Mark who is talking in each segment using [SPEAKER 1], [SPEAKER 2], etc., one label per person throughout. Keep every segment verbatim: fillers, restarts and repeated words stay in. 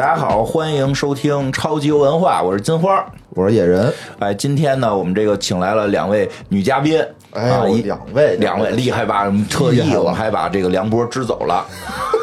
[SPEAKER 1] 大家好，欢迎收听超级文化，我是金花，
[SPEAKER 2] 我是野人。
[SPEAKER 1] 哎，今天呢，我们这个请来了两位女嘉宾，
[SPEAKER 2] 哎，啊、两位，
[SPEAKER 1] 两位厉害吧？特意我们还把这个梁波支走了。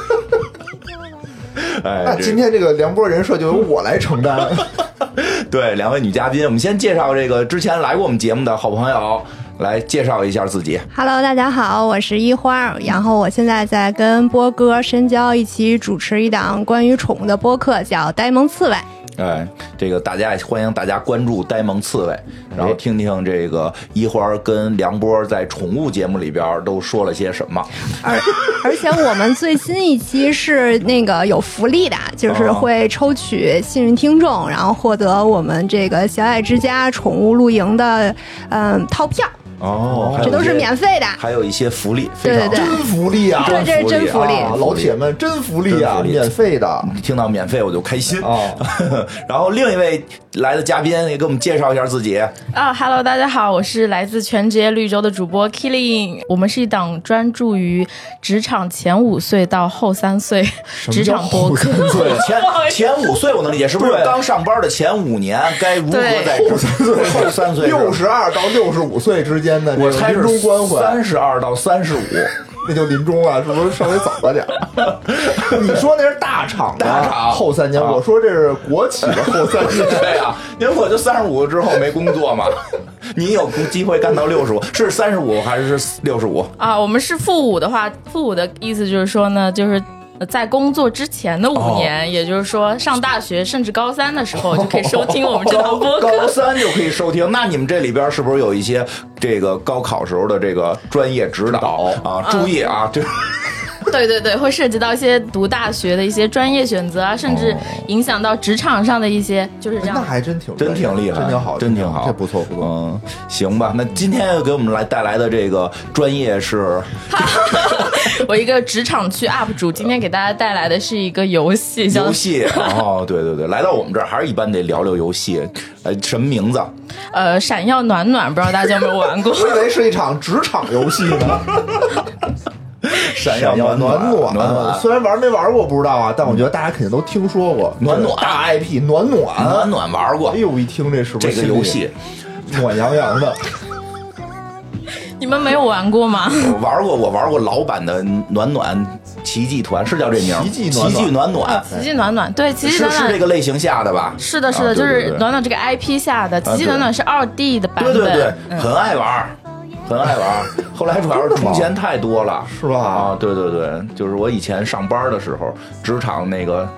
[SPEAKER 1] 哎，
[SPEAKER 2] 那今天这个梁波人设就由我来承担。
[SPEAKER 1] 对，两位女嘉宾，我们先介绍这个之前来过我们节目的好朋友。来介绍一下自己。
[SPEAKER 3] Hello， 大家好，我是一花，然后我现在在跟波哥深交一起主持一档关于宠物的播客，叫呆萌刺猬。
[SPEAKER 1] 哎，这个大家欢迎大家关注呆萌刺猬，然后听听这个一花跟梁波在宠物节目里边都说了些什么。
[SPEAKER 3] 而而且我们最新一期是那个有福利的，就是会抽取幸运听众，然后获得我们这个小爱之家宠物露营的嗯套票。
[SPEAKER 1] 哦，
[SPEAKER 3] 这都是免费的，
[SPEAKER 1] 还有一些福利，
[SPEAKER 3] 对对对，
[SPEAKER 2] 真福利啊！
[SPEAKER 3] 对，这是真福利，
[SPEAKER 2] 啊、老铁们真福利啊，免费的，
[SPEAKER 1] 听到免费我就开心
[SPEAKER 2] 啊。
[SPEAKER 1] 然后另一位来的嘉宾也给我们介绍一下自己
[SPEAKER 4] 啊、哦、，Hello， 大家好，我是来自全职业绿洲的主播 Killing， 我们是一档专注于职场前五岁到后三岁职场播客。
[SPEAKER 1] 对，前前五岁我能理解，是不是刚上班的前五年该如何在
[SPEAKER 2] 后三岁、
[SPEAKER 1] 后三岁
[SPEAKER 2] 六十二到六十五岁之间？
[SPEAKER 1] 我猜是
[SPEAKER 2] 临终关怀，
[SPEAKER 1] 三十二到三十五，
[SPEAKER 2] 那就临终了，是不是稍微早了点？你说那是大厂的
[SPEAKER 1] 大厂
[SPEAKER 2] 后三年，啊、我说这是国企的后三年。
[SPEAKER 1] 对呀、啊，因为我就三十五之后没工作嘛。你有机会干到六十五，是三十五还是六十五
[SPEAKER 4] 啊？我们是负五的话，负五的意思就是说呢，就是。在工作之前的五年、哦，也就是说上大学甚至高三的时候就可以收听我们这档播客。
[SPEAKER 1] 高三就可以收听，那你们这里边是不是有一些这个高考时候的这个专业指导啊？注意啊，这、嗯。
[SPEAKER 4] 对对对，会涉及到一些读大学的一些专业选择啊，甚至影响到职场上的一些，哦、就是这样。
[SPEAKER 2] 那还真挺
[SPEAKER 1] 真挺厉害，
[SPEAKER 2] 真挺好，
[SPEAKER 1] 真挺好，
[SPEAKER 2] 这不错不错。
[SPEAKER 1] 嗯，行吧，那今天给我们来带来的这个专业是，
[SPEAKER 4] 我一个职场区 U P 主，今天给大家带来的是一个游戏，
[SPEAKER 1] 游戏哦，对对对，来到我们这儿还是一般得聊聊游戏，呃，什么名字？
[SPEAKER 4] 呃，闪耀暖暖，不知道大家有没有玩过？
[SPEAKER 2] 我以为是一场职场游戏呢。
[SPEAKER 1] 闪耀暖
[SPEAKER 2] 暖
[SPEAKER 1] 暖暖
[SPEAKER 2] 暖，虽然玩没玩过不知道啊，但我觉得大家肯定都听说过
[SPEAKER 1] 暖暖
[SPEAKER 2] 大 I P 暖暖
[SPEAKER 1] 暖暖玩过。
[SPEAKER 2] 哎呦，一听这是不是
[SPEAKER 1] 这个游戏
[SPEAKER 2] 暖洋洋的？
[SPEAKER 4] 你们没有玩过吗？
[SPEAKER 1] 我玩过，我玩过老版的暖暖奇迹团，是叫这名？
[SPEAKER 2] 奇迹
[SPEAKER 1] 暖奇迹暖暖，
[SPEAKER 4] 奇迹暖暖，对，奇迹暖暖
[SPEAKER 1] 是是这个类型下的吧？
[SPEAKER 4] 是的，是的，
[SPEAKER 1] 啊、
[SPEAKER 4] 就是暖暖这个 I P 下的。奇迹暖暖是二 D 的版本，
[SPEAKER 1] 对对对，
[SPEAKER 4] 嗯、
[SPEAKER 1] 很爱玩。很爱玩，后来主要是充钱太多了，
[SPEAKER 2] 是吧？
[SPEAKER 1] 啊，对对对，就是我以前上班的时候，职场那个，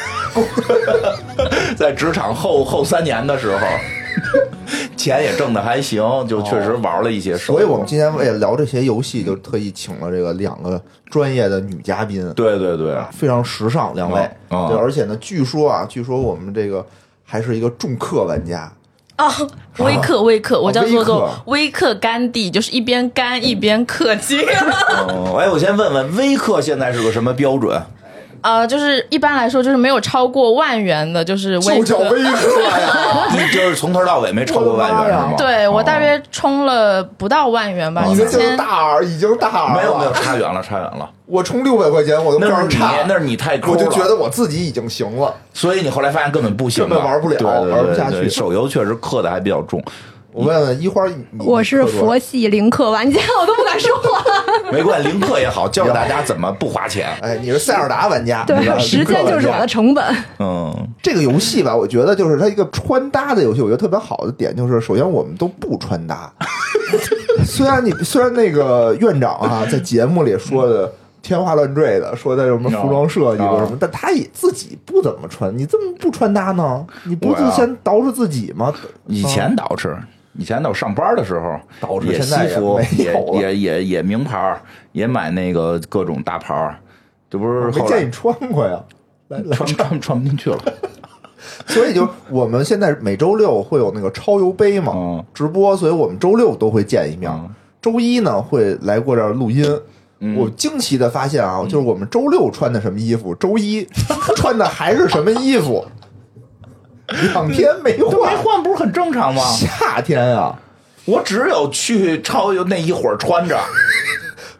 [SPEAKER 1] 在职场后后三年的时候，钱也挣得还行，就确实玩了一些手、
[SPEAKER 2] 哦。所以我们今天为了聊这些游戏，就特意请了这个两个专业的女嘉宾。
[SPEAKER 1] 对对对，
[SPEAKER 2] 非常时尚，两位。
[SPEAKER 1] 哦、
[SPEAKER 2] 对，而且呢，据说啊，据说我们这个还是一个重氪玩家。
[SPEAKER 4] 哦，微氪微氪，我叫做做
[SPEAKER 2] 微
[SPEAKER 4] 氪甘地，就是一边干一边氪金。
[SPEAKER 1] 哦，哎，我先问问，微氪现在是个什么标准？
[SPEAKER 4] 呃，就是一般来说，就是没有超过万元的，就是微氪。
[SPEAKER 2] 就叫微氪呀！
[SPEAKER 1] 你就是从头到尾没超过万元是吗？
[SPEAKER 4] 对，我大约充了不到万元吧。
[SPEAKER 2] 你这就是大耳，已经大耳了。
[SPEAKER 1] 没有没有，差远了，差远了。
[SPEAKER 2] 我充六百块钱，我都
[SPEAKER 1] 那是你
[SPEAKER 2] 差，
[SPEAKER 1] 那是你太抠了，
[SPEAKER 2] 我就觉得我自己已经行了，
[SPEAKER 1] 所以你后来发现根本不行，
[SPEAKER 2] 根本玩不了，
[SPEAKER 1] 对对对对
[SPEAKER 2] 玩不下去。
[SPEAKER 1] 手游确实氪的还比较重。
[SPEAKER 2] 我问问一花，
[SPEAKER 3] 我是佛系零氪玩家，我都不敢说话。
[SPEAKER 1] 没关系，零氪也好，教大家怎么不花钱。
[SPEAKER 2] 哎，你是塞尔达玩家，
[SPEAKER 3] 对，时间就是我的成本。
[SPEAKER 1] 嗯，
[SPEAKER 2] 这个游戏吧，我觉得就是它一个穿搭的游戏，我觉得特别好的点就是，首先我们都不穿搭。虽然你虽然那个院长啊在节目里说的天花乱坠的，说他有什么服装设计或什么，但他也自己不怎么穿。你这么不穿搭呢？你不是先捯饬自己吗？
[SPEAKER 1] 以前捯饬。以前我上班的时候，
[SPEAKER 2] 捯饬
[SPEAKER 1] 也西服，
[SPEAKER 2] 也
[SPEAKER 1] 也也也名牌，也买那个各种大牌，这不是后来
[SPEAKER 2] 没见你穿过呀？来来
[SPEAKER 1] 穿穿穿不进去了。
[SPEAKER 2] 所以就我们现在每周六会有那个超游杯嘛、嗯、直播，所以我们周六都会见一面。嗯、周一呢会来过这儿录音。嗯、我惊奇的发现啊，就是我们周六穿的什么衣服，周一穿的还是什么衣服。两天没换，
[SPEAKER 1] 没换不是很正常吗？
[SPEAKER 2] 夏天啊，
[SPEAKER 1] 我只有去超游那一会儿穿着，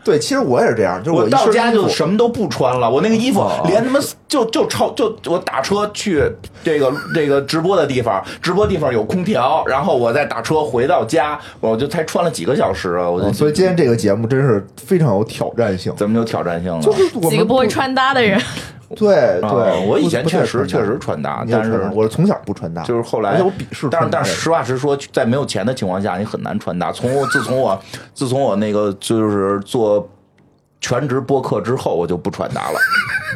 [SPEAKER 2] 对，其实我也是这样，就是
[SPEAKER 1] 我
[SPEAKER 2] 一身
[SPEAKER 1] 到家就
[SPEAKER 2] 衣服
[SPEAKER 1] 什么都不穿了，我那个衣服
[SPEAKER 2] 哦
[SPEAKER 1] 连他妈就就超就我打车去这个这个直播的地方，直播地方有空调，然后我再打车回到家，我就才穿了几个小时啊！我就、
[SPEAKER 2] 哦所以今天这个节目真是非常有挑战性，
[SPEAKER 1] 怎么有挑战性呢？
[SPEAKER 2] 就是我们
[SPEAKER 4] 几个不会穿搭的人。
[SPEAKER 2] 对对、
[SPEAKER 1] 啊，我以前
[SPEAKER 2] 不
[SPEAKER 1] 确实
[SPEAKER 2] 不太
[SPEAKER 1] 确实穿搭，
[SPEAKER 2] 你也
[SPEAKER 1] 但是
[SPEAKER 2] 穿搭我是从小不穿搭，
[SPEAKER 1] 就是后来
[SPEAKER 2] 而且我鄙视穿搭
[SPEAKER 1] 但是但是实话实说，在没有钱的情况下，你很难穿搭。从我自从我自从我那个就是做全职播客之后，我就不穿搭了。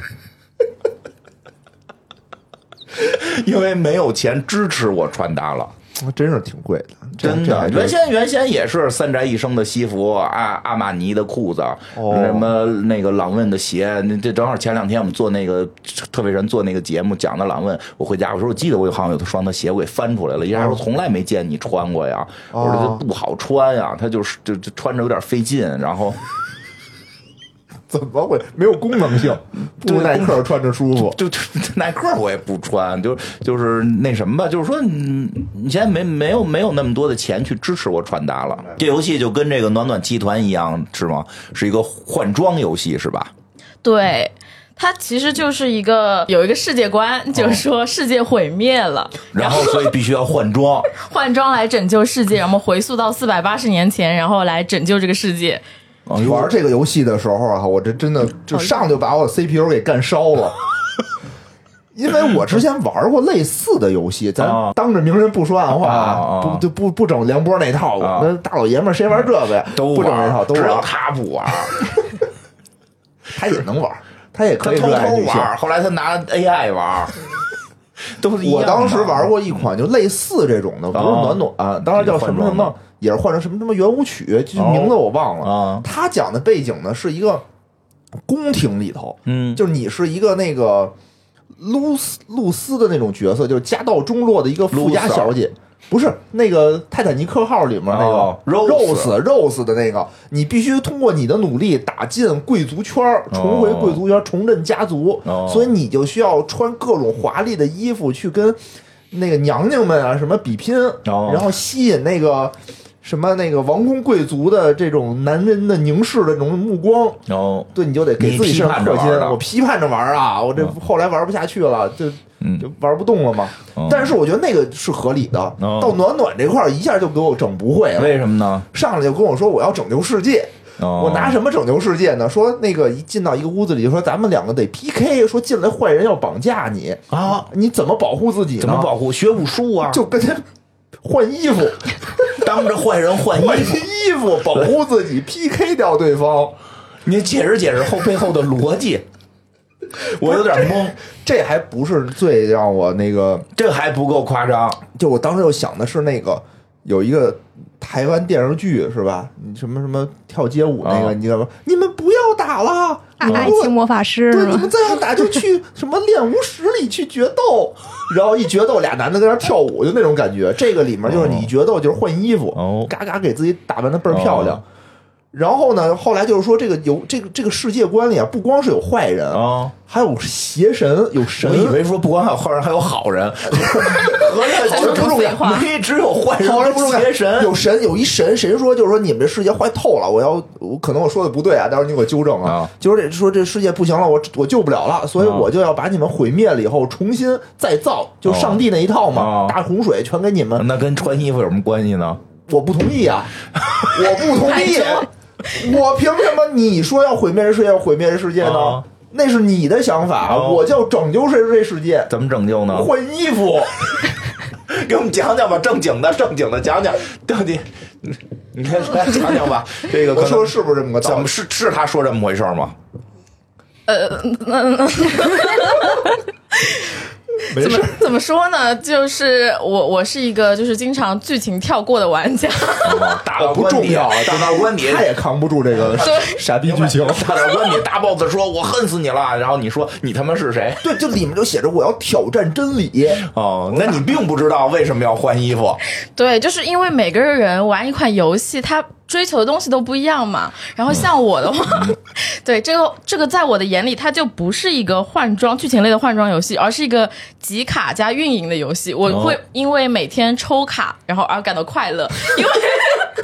[SPEAKER 1] 因为没有钱支持我穿搭了，
[SPEAKER 2] 真是挺贵的，这
[SPEAKER 1] 真的。
[SPEAKER 2] 这还真
[SPEAKER 1] 原先原先也是三宅一生的西服，阿阿玛尼的裤子，
[SPEAKER 2] 哦
[SPEAKER 1] 什么那个朗问的鞋。那这正好前两天我们做那个特别人做那个节目讲的朗问，我回家我说我记得我好像有双他鞋我给翻出来了，一家说从来没见你穿过呀，
[SPEAKER 2] 哦
[SPEAKER 1] 我说这不好穿呀，他就是就就穿着有点费劲，然后。
[SPEAKER 2] 怎么会没有功能性？不如耐克穿着舒服。
[SPEAKER 1] 就就耐克我也不穿，就就是那什么吧，就是说你你现在没没有没有那么多的钱去支持我穿搭了。这游戏就跟这个暖暖集团一样，是吗？是一个换装游戏，是吧？
[SPEAKER 4] 对。它其实就是一个有一个世界观，就是说世界毁灭了，
[SPEAKER 1] 然后所以必须要换装，
[SPEAKER 4] 换装来拯救世界，然后回溯到四百八十年前，然后来拯救这个世界。
[SPEAKER 2] 玩这个游戏的时候啊，我这真的就上来就把我 C P U 给干烧了。因为我之前玩过类似的游戏，咱当着名人不说暗话，
[SPEAKER 1] 啊、
[SPEAKER 2] 不就不不整梁波那套。
[SPEAKER 1] 啊、
[SPEAKER 2] 那大老爷们谁玩这个呀？
[SPEAKER 1] 都
[SPEAKER 2] 不整这套，都玩。
[SPEAKER 1] 只有他不玩，
[SPEAKER 2] 他也能玩，他也可以
[SPEAKER 1] 偷偷
[SPEAKER 2] 玩。
[SPEAKER 1] 后来他拿 A I 玩。都是一样的。
[SPEAKER 2] 我当时玩过一款就类似这种的，不是暖暖，啊、当时叫什么什么，也是换成什么什么圆舞曲，就是名字我忘了。
[SPEAKER 1] 哦、
[SPEAKER 2] 他讲的背景呢是一个宫廷里头，
[SPEAKER 1] 嗯，
[SPEAKER 2] 就是你是一个那个露丝露丝的那种角色，就是家道中落的一个富家小姐。不是那个泰坦尼克号里面那个 Rose Rose 的那个，你必须通过你的努力打进贵族圈，重回贵族圈，重振家族，所以你就需要穿各种华丽的衣服去跟那个娘娘们啊什么比拼，然后吸引那个什么那个王公贵族的这种男人的凝视的这种目光。对，你就得给自己身上氪金。我批判着玩啊，我这后来玩不下去了，就。就玩不动了嘛、嗯，但是我觉得那个是合理的。嗯、到暖暖这块儿一下就给我整不会了，
[SPEAKER 1] 为什么呢？
[SPEAKER 2] 上来就跟我说我要拯救世界，
[SPEAKER 1] 哦、
[SPEAKER 2] 我拿什么拯救世界呢？说那个一进到一个屋子里，就说咱们两个得 P K， 说进来坏人要绑架你
[SPEAKER 1] 啊，
[SPEAKER 2] 你怎么保护自己呢？
[SPEAKER 1] 怎么保护？学武术啊，
[SPEAKER 2] 就跟他换衣服，
[SPEAKER 1] 当着坏人换衣服，
[SPEAKER 2] 衣服保护自己，P K 掉对方。
[SPEAKER 1] 你解释解释后背后的逻辑。我有点懵，
[SPEAKER 2] 这还不是最让我那个，
[SPEAKER 1] 这还不够夸张。
[SPEAKER 2] 就我当时又想的是那个有一个台湾电视剧是吧？你什么什么跳街舞那个，哦、你知道吗？你们不要打了，
[SPEAKER 3] 爱情魔法师，
[SPEAKER 2] 对，你们再要打就去什么练武室里去决斗，然后一决斗俩男的在那跳舞，就那种感觉。这个里面就是你决斗就是换衣服，
[SPEAKER 1] 哦、
[SPEAKER 2] 嘎嘎给自己打扮的倍儿漂亮。哦，然后呢？后来就是说，这个有这个这个世界观里啊，不光是有坏人
[SPEAKER 1] 啊、哦，
[SPEAKER 2] 还有邪神，有神。
[SPEAKER 1] 我以为说不光还有坏人，还有好人。
[SPEAKER 2] 合着不重要，
[SPEAKER 1] 没只有坏人，
[SPEAKER 2] 好人不重要。
[SPEAKER 1] 邪神
[SPEAKER 2] 有神，有一神，神说就是说你们这世界坏透了，我要我可能我说的不对啊，待会儿你给我纠正啊。
[SPEAKER 1] 哦、
[SPEAKER 2] 就是这说这世界不行了，我我救不了了，所以我就要把你们毁灭了以后重新再造，就上帝那一套嘛，
[SPEAKER 1] 哦、
[SPEAKER 2] 大洪水全给你们。
[SPEAKER 1] 那跟穿衣服有什么关系呢？
[SPEAKER 2] 我不同意啊，我不同意。我凭什么你说要毁灭这世界，要毁灭这世界呢？哦、那是你的想法，哦、我叫拯救这这世界。
[SPEAKER 1] 怎么拯救呢？
[SPEAKER 2] 换衣服，
[SPEAKER 1] 给我们讲讲吧，正经的，正经的讲讲，到底你你来来讲讲吧。这个
[SPEAKER 2] 我说是不是这么个道理？
[SPEAKER 1] 怎么是是他说这么回事吗？
[SPEAKER 4] 呃，嗯。怎么怎么说呢？就是我我是一个就是经常剧情跳过的玩家，
[SPEAKER 1] 大到
[SPEAKER 2] 不重要，
[SPEAKER 1] 大到关底
[SPEAKER 2] 他也扛不住这个傻逼剧情。
[SPEAKER 1] 大到关底，大 boss 说我恨死你了，然后你说你他妈是谁？
[SPEAKER 2] 对，就里面就写着我要挑战真理。
[SPEAKER 1] 哦，那你并不知道为什么要换衣服。
[SPEAKER 4] 对，就是因为每个人玩一款游戏，他追求的东西都不一样嘛。然后像我的话，嗯、对这个这个在我的眼里，它就不是一个换装剧情类的换装游戏，而是一个集卡加运营的游戏。我会因为每天抽卡，然后而感到快乐，因为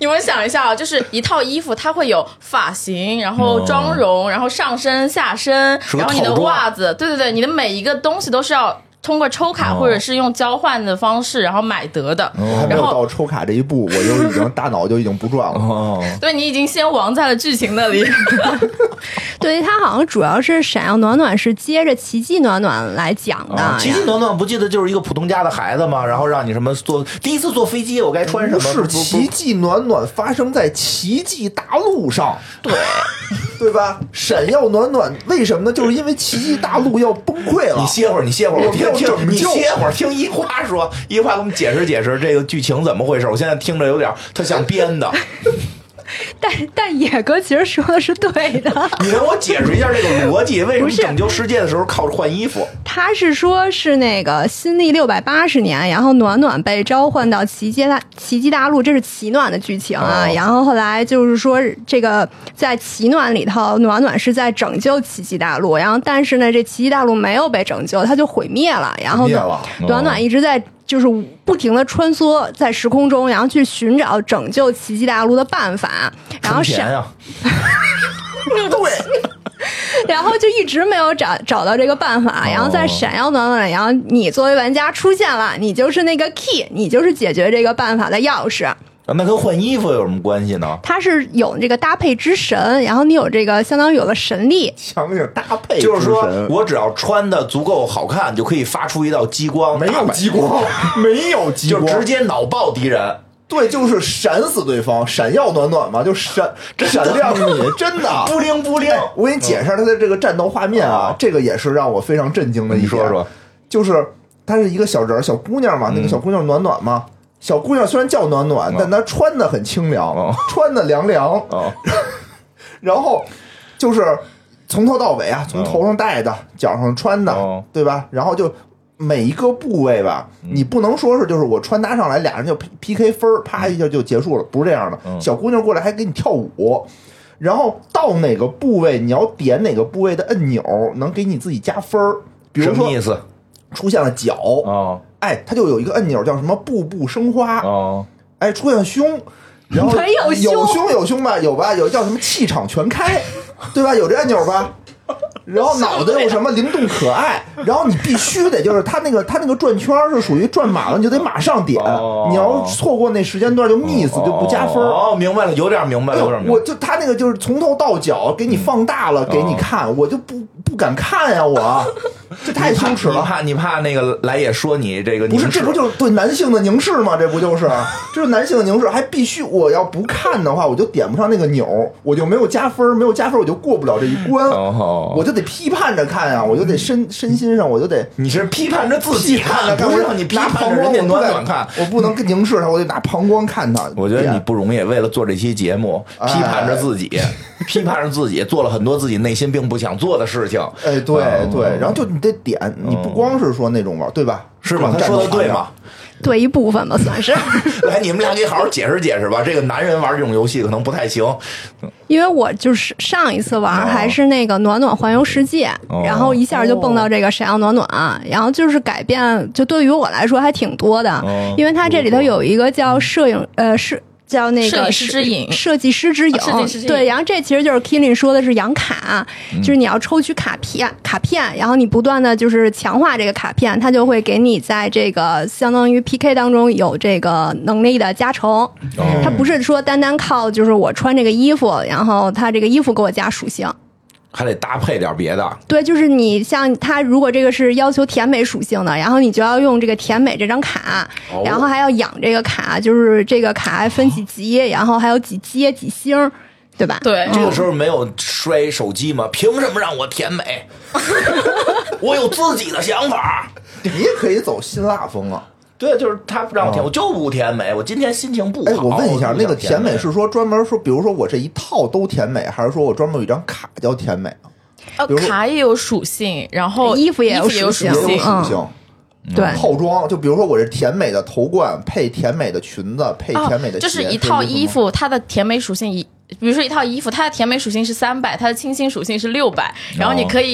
[SPEAKER 4] 你们想一下啊，就是一套衣服，它会有发型，然后妆容，然后上身、下身，然后你的袜子，对对对，你的每一个东西都是要通过抽卡或者是用交换的方式，然后买得的。
[SPEAKER 2] 我还没有到抽卡这一步，我就已经大脑就已经不转了。
[SPEAKER 1] 哦，
[SPEAKER 4] 对，你已经先亡在了剧情那里。
[SPEAKER 3] 对，它好像主要是闪耀暖暖是接着奇迹暖暖来讲的。
[SPEAKER 1] 啊、奇迹暖暖不记得就是一个普通家的孩子吗？然后让你什么坐第一次坐飞机，我该穿什么？
[SPEAKER 2] 不是奇迹暖暖发生在奇迹大陆上，对对吧？闪耀暖暖为什么呢？就是因为奇迹大陆要崩溃了。
[SPEAKER 1] 你歇会儿，你歇会儿，我听听，你歇会儿，听一花说，一花给我们解释解释这个剧情怎么回事。我现在听着有点，他像编的。
[SPEAKER 3] 但但野哥其实说的是对的，
[SPEAKER 1] 你跟我解释一下这个逻辑，为什么拯救世界的时候靠换衣服？
[SPEAKER 3] 他是说是那个新历六百八十年，然后暖暖被召唤到奇迹大奇迹大陆，这是奇暖的剧情啊。哦、然后后来就是说，这个在奇暖里头，暖暖是在拯救奇迹大陆，然后但是呢，这奇迹大陆没有被拯救，它就毁灭了。然后暖暖暖一直在。就是不停的穿梭在时空中，然后去寻找拯救奇迹大陆的办法，然后闪，
[SPEAKER 1] 啊、
[SPEAKER 3] 对，然后就一直没有找找到这个办法，然后在闪耀暖暖，然后你作为玩家出现了，你就是那个 key， 你就是解决这个办法的钥匙。
[SPEAKER 1] 那跟换衣服有什么关系呢？
[SPEAKER 3] 它是有这个搭配之神，然后你有这个相当于有了神力，
[SPEAKER 2] 强行搭配之神，
[SPEAKER 1] 就是说我只要穿的足够好看，就可以发出一道激光。
[SPEAKER 2] 没有激光，没有激光，
[SPEAKER 1] 就直接脑爆敌人。
[SPEAKER 2] 对，就是闪死对方，闪耀暖暖嘛，就闪闪亮你，真的
[SPEAKER 1] 不灵不灵。
[SPEAKER 2] 我给你解释它的这个战斗画面啊，嗯、这个也是让我非常震惊的一点。
[SPEAKER 1] 你说说，
[SPEAKER 2] 就是她是一个小人小姑娘嘛，那个小姑娘暖暖嘛。小姑娘虽然叫暖暖，但她穿的很清凉，哦、穿的凉凉。哦、然后就是从头到尾啊，从头上戴的，哦、脚上穿的，哦、对吧？然后就每一个部位吧，嗯、你不能说是就是我穿搭上来，俩人就 P K 分，啪一下就结束了，不是这样的。嗯、小姑娘过来还给你跳舞，然后到哪个部位你要点哪个部位的按钮，能给你自己加分。比如说，
[SPEAKER 1] 什么意思？
[SPEAKER 2] 出现了脚，哦，哎，它就有一个按钮叫什么步步生花，哦，哎，出现胸，然后
[SPEAKER 3] 没有胸，
[SPEAKER 2] 有胸有胸吧，有吧，有叫什么气场全开，对吧？有这按钮吧？然后脑袋有什么灵动可爱，然后你必须得就是它那个它那个转圈是属于转满了，你就得马上点，哦、你要错过那时间段就 miss、哦、就不加分。
[SPEAKER 1] 哦，明白了，有点明白了，有点明白了。
[SPEAKER 2] 我就他那个就是从头到脚给你放大了，嗯、给你看，哦、我就不不敢看呀，我这太羞耻了。
[SPEAKER 1] 你怕你怕那个来也说你这个
[SPEAKER 2] 不是，这不就是对男性的凝视吗？这不就是这是男性的凝视，还必须我要不看的话，我就点不上那个钮，我就没有加分，没有加分我就过不了这一关，哦、我就得批判着看呀，我就得身身心上我就得
[SPEAKER 1] 你是批判着自己看的，
[SPEAKER 2] 不
[SPEAKER 1] 是让你
[SPEAKER 2] 拿
[SPEAKER 1] 旁光
[SPEAKER 2] 人
[SPEAKER 1] 暖暖看，
[SPEAKER 2] 我不能凝视他，我得拿膀胱看他。
[SPEAKER 1] 我觉得你不容易，为了做这期节目，
[SPEAKER 2] 哎、
[SPEAKER 1] 批判着自己，批判着自己，做了很多自己内心并不想做的事情。
[SPEAKER 2] 哎，对、嗯、对，然后就你得点，你不光是说那种玩，对吧？
[SPEAKER 1] 是吧？他说的对吗？
[SPEAKER 3] 对一部分吧，算是。
[SPEAKER 1] 来，你们俩给好好解释解释吧。这个男人玩这种游戏可能不太行，
[SPEAKER 3] 因为我就是上一次玩还是那个暖暖环游世界，哦、然后一下就蹦到这个闪耀暖暖，哦、然后就是改变，就对于我来说还挺多的，哦、因为它这里头有一个叫摄影，呃，是。叫那个
[SPEAKER 4] 设计师之影，
[SPEAKER 3] 设计师之影，
[SPEAKER 4] 哦、之
[SPEAKER 3] 对，然后这其实就是 Killing 说的是养卡，嗯、就是你要抽取卡片，卡片，然后你不断的就是强化这个卡片，它就会给你在这个相当于 P K 当中有这个能力的加成。哦、它不是说单单靠就是我穿这个衣服，然后它这个衣服给我加属性。
[SPEAKER 1] 还得搭配点别的，
[SPEAKER 3] 对，就是你像它，如果这个是要求甜美属性的，然后你就要用这个甜美这张卡，哦、然后还要养这个卡，就是这个卡还分几级，哦、然后还有几阶几星，对吧？
[SPEAKER 4] 对，
[SPEAKER 1] 这个时候没有摔手机吗？凭什么让我甜美？我有自己的想法。
[SPEAKER 2] 你也可以走辛辣风啊。
[SPEAKER 1] 对，就是他让我甜，哦、我就不甜美。我今天心情不好。
[SPEAKER 2] 哎，我问一下，那个甜美是说专门说，比如说我这一套都甜美，还是说我专门有一张卡叫甜美啊？
[SPEAKER 4] 呃，卡也有属性，然后
[SPEAKER 3] 衣服也有
[SPEAKER 4] 属
[SPEAKER 3] 性，
[SPEAKER 2] 也有属性。
[SPEAKER 3] 嗯、对，
[SPEAKER 2] 套装就比如说我是甜美的头冠配甜美的裙子配甜美的鞋，
[SPEAKER 4] 哦、就是一套衣服，它的甜美属性一，比如说一套衣服，它的甜美属性是三百，它的清新属性是六百，然后你可以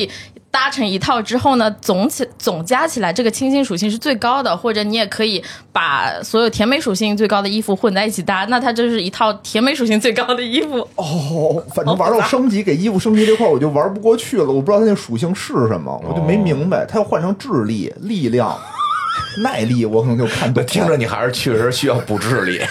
[SPEAKER 4] 搭成一套之后呢，总起总加起来这个清新属性是最高的，或者你也可以把所有甜美属性最高的衣服混在一起搭，那它就是一套甜美属性最高的衣服。
[SPEAKER 2] 哦，反正玩到升级给衣服升级这块我就玩不过去了，我不知道它那属性是什么，我就没明白，它要换成智力、力量、耐力，我可能就看懂。
[SPEAKER 1] 听着你还是确实需要补智力。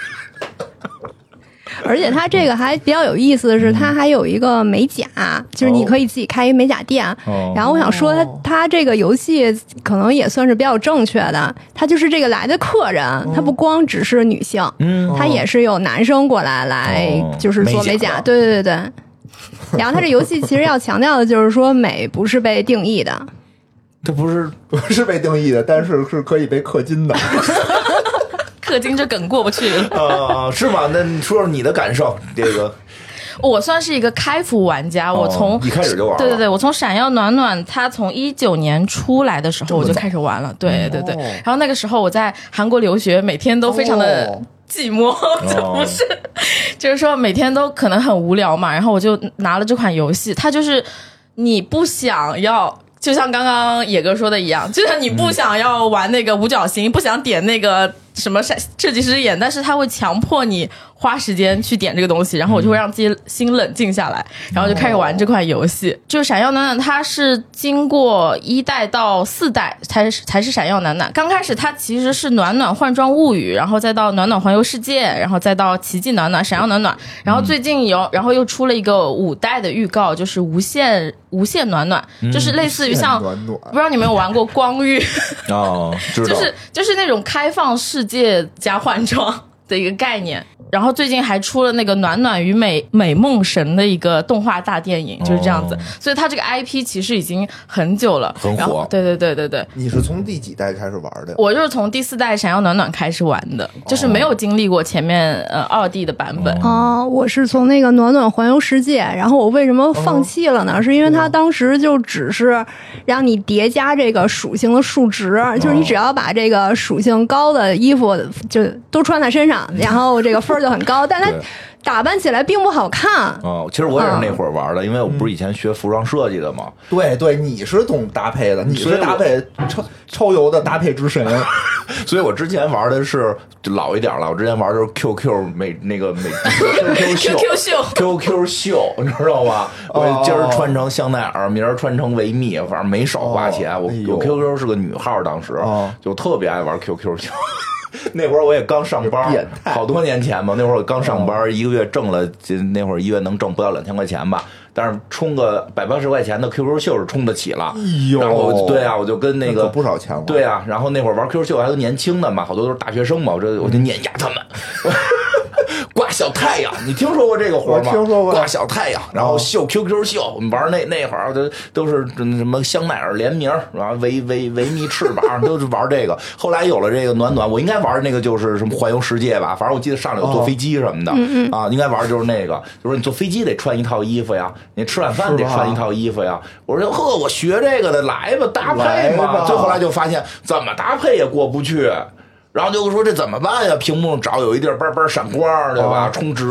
[SPEAKER 3] 而且它这个还比较有意思的是，它还有一个美甲，就是你可以自己开一美甲店。
[SPEAKER 1] 哦、
[SPEAKER 3] 然后我想说它，它这个游戏可能也算是比较正确的。它就是这个来的客人，它不光只是女性，
[SPEAKER 1] 嗯，
[SPEAKER 3] 它也是有男生过来来就是做美甲。对对对对。然后它这游戏其实要强调的就是说，美不是被定义的。
[SPEAKER 1] 这不是
[SPEAKER 2] 不是被定义的，但是是可以被氪金的。
[SPEAKER 4] 氪金这梗过不去了。
[SPEAKER 1] 呃，是吗？那你说说你的感受。这个，
[SPEAKER 4] 我算是一个开服玩家，
[SPEAKER 1] 哦、
[SPEAKER 4] 我从
[SPEAKER 1] 一开始就玩了。
[SPEAKER 4] 对对对，我从闪耀暖暖，它从一九年出来的时候我就开始玩了。对对对，
[SPEAKER 2] 哦、
[SPEAKER 4] 然后那个时候我在韩国留学，每天都非常的寂寞，这、哦、不是，就是说每天都可能很无聊嘛。然后我就拿了这款游戏，它就是你不想要。就像刚刚野哥说的一样，就像你不想要玩那个五角星，嗯、不想点那个什么设计师眼，但是他会强迫你花时间去点这个东西，然后我就会让自己心冷静下来，然后就开始玩这款游戏。哦、就是闪耀暖暖，它是经过一代到四代才才是闪耀暖暖。刚开始它其实是暖暖换装物语，然后再到暖暖环游世界，然后再到奇迹暖暖、闪耀暖暖，然后最近有，然后又出了一个五代的预告，就是无限无限暖暖，嗯、就是类似于像
[SPEAKER 2] 暖暖
[SPEAKER 4] 不知道你们有玩过光遇
[SPEAKER 1] 哦，知道，
[SPEAKER 4] 就是就是那种开放世界加换装的一个概念。然后最近还出了那个暖暖与美美梦神的一个动画大电影，就是这样子。哦、所以它这个 I P 其实已经很久了，
[SPEAKER 1] 很火。
[SPEAKER 4] 对对对对对。
[SPEAKER 2] 你是从第几代开始玩的？
[SPEAKER 4] 我就是从第四代闪耀暖暖开始玩的，就是没有经历过前面呃二 D 的版本。
[SPEAKER 3] 哦，我是从那个暖暖环游世界，然后我为什么放弃了呢？哦、是因为它当时就只是让你叠加这个属性的数值，哦、就是你只要把这个属性高的衣服就都穿在身上，然后这个分就很高，但它打扮起来并不好看。
[SPEAKER 1] 哦，其实我也是那会儿玩的，嗯、因为我不是以前学服装设计的嘛。
[SPEAKER 2] 对对，你是懂搭配的，你是搭配超超游的搭配之神。
[SPEAKER 1] 所以我之前玩的是就老一点了，我之前玩的是 Q Q 美那个美 Q Q 秀
[SPEAKER 4] Q Q 秀
[SPEAKER 1] Q Q 秀，你知道吗？我今儿穿成香奈儿，明儿穿成维密，反正没少花钱。
[SPEAKER 2] 哦、
[SPEAKER 1] 我有 Q Q 是个女号，当时、
[SPEAKER 2] 哦、
[SPEAKER 1] 就特别爱玩 Q Q 秀。那会儿我也刚上班，好多年前嘛。那会儿我刚上班，一个月挣了，那会儿一月能挣不到两千块钱吧。但是充个百八十块钱的 Q Q 秀是充得起了。
[SPEAKER 2] 哎呦，
[SPEAKER 1] 然后我对啊，我就跟那个
[SPEAKER 2] 那不少钱了。
[SPEAKER 1] 对啊，然后那会儿玩 Q Q 秀还都年轻的嘛，好多都是大学生嘛，我这我就碾压他们。挂小太阳，你听说过这个活吗？
[SPEAKER 2] 听说过。
[SPEAKER 1] 挂小太阳，然后秀 Q Q 秀，我们玩那那会儿都都是什么香奈儿联名，然后维维维密翅膀，都是玩这个。后来有了这个暖暖，我应该玩那个就是什么环游世界吧，反正我记得上来有坐飞机什么的、
[SPEAKER 3] 哦、
[SPEAKER 1] 啊，应该玩的就是那个，就是你坐飞机得穿一套衣服呀，你吃晚饭得穿一套衣服呀。我说呵，我学这个的，来吧，搭配嘛。最后来就发现怎么搭配也过不去。然后就说这怎么办呀？屏幕上找有一地儿叭叭闪光，对吧？充值，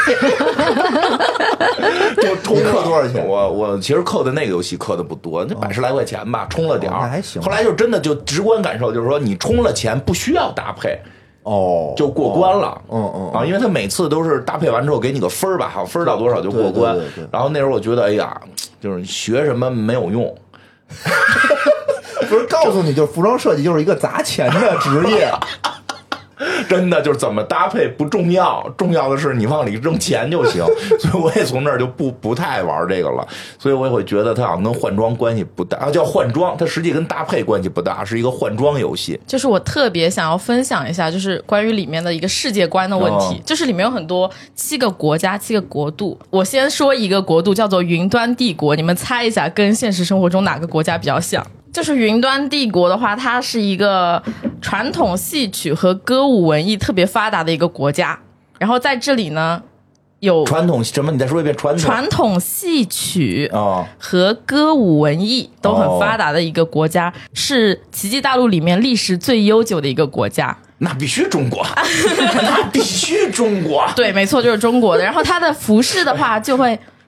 [SPEAKER 1] 就充
[SPEAKER 2] 了多少钱？
[SPEAKER 1] 我我其实氪的那个游戏氪的不多，那百十来块钱吧，充了点儿、
[SPEAKER 2] 哦、还行。
[SPEAKER 1] 后来就真的就直观感受就是说，你充了钱不需要搭配。
[SPEAKER 2] 哦，
[SPEAKER 1] 就过关了，
[SPEAKER 2] 嗯嗯
[SPEAKER 1] 啊，因为他每次都是搭配完之后给你个分儿吧，好分到多少就过关。
[SPEAKER 2] 对对对对，
[SPEAKER 1] 然后那时候我觉得，哎呀，就是学什么没有用。
[SPEAKER 2] 不是告诉你，就是服装设计就是一个砸钱的职业。
[SPEAKER 1] 真的就是怎么搭配不重要，重要的是你往里扔钱就行。所以我也从那儿就不不太爱玩这个了。所以我也会觉得它好像跟换装关系不大，啊，叫换装，它实际跟搭配关系不大，是一个换装游戏。
[SPEAKER 4] 就是我特别想要分享一下，就是关于里面的一个世界观的问题，哦、就是里面有很多七个国家、七个国度。我先说一个国度叫做云端帝国，你们猜一下，跟现实生活中哪个国家比较像？就是云端帝国的话，它是一个传统戏曲和歌舞文艺特别发达的一个国家。然后在这里呢，有
[SPEAKER 1] 传统什么？你再说一遍，传统
[SPEAKER 4] 传统戏曲和歌舞文艺都很发达的一个国家，哦、是奇迹大陆里面历史最悠久的一个国家。
[SPEAKER 1] 那必须中国，那必须中国。
[SPEAKER 4] 对，没错，就是中国的。然后它的服饰的话，就会。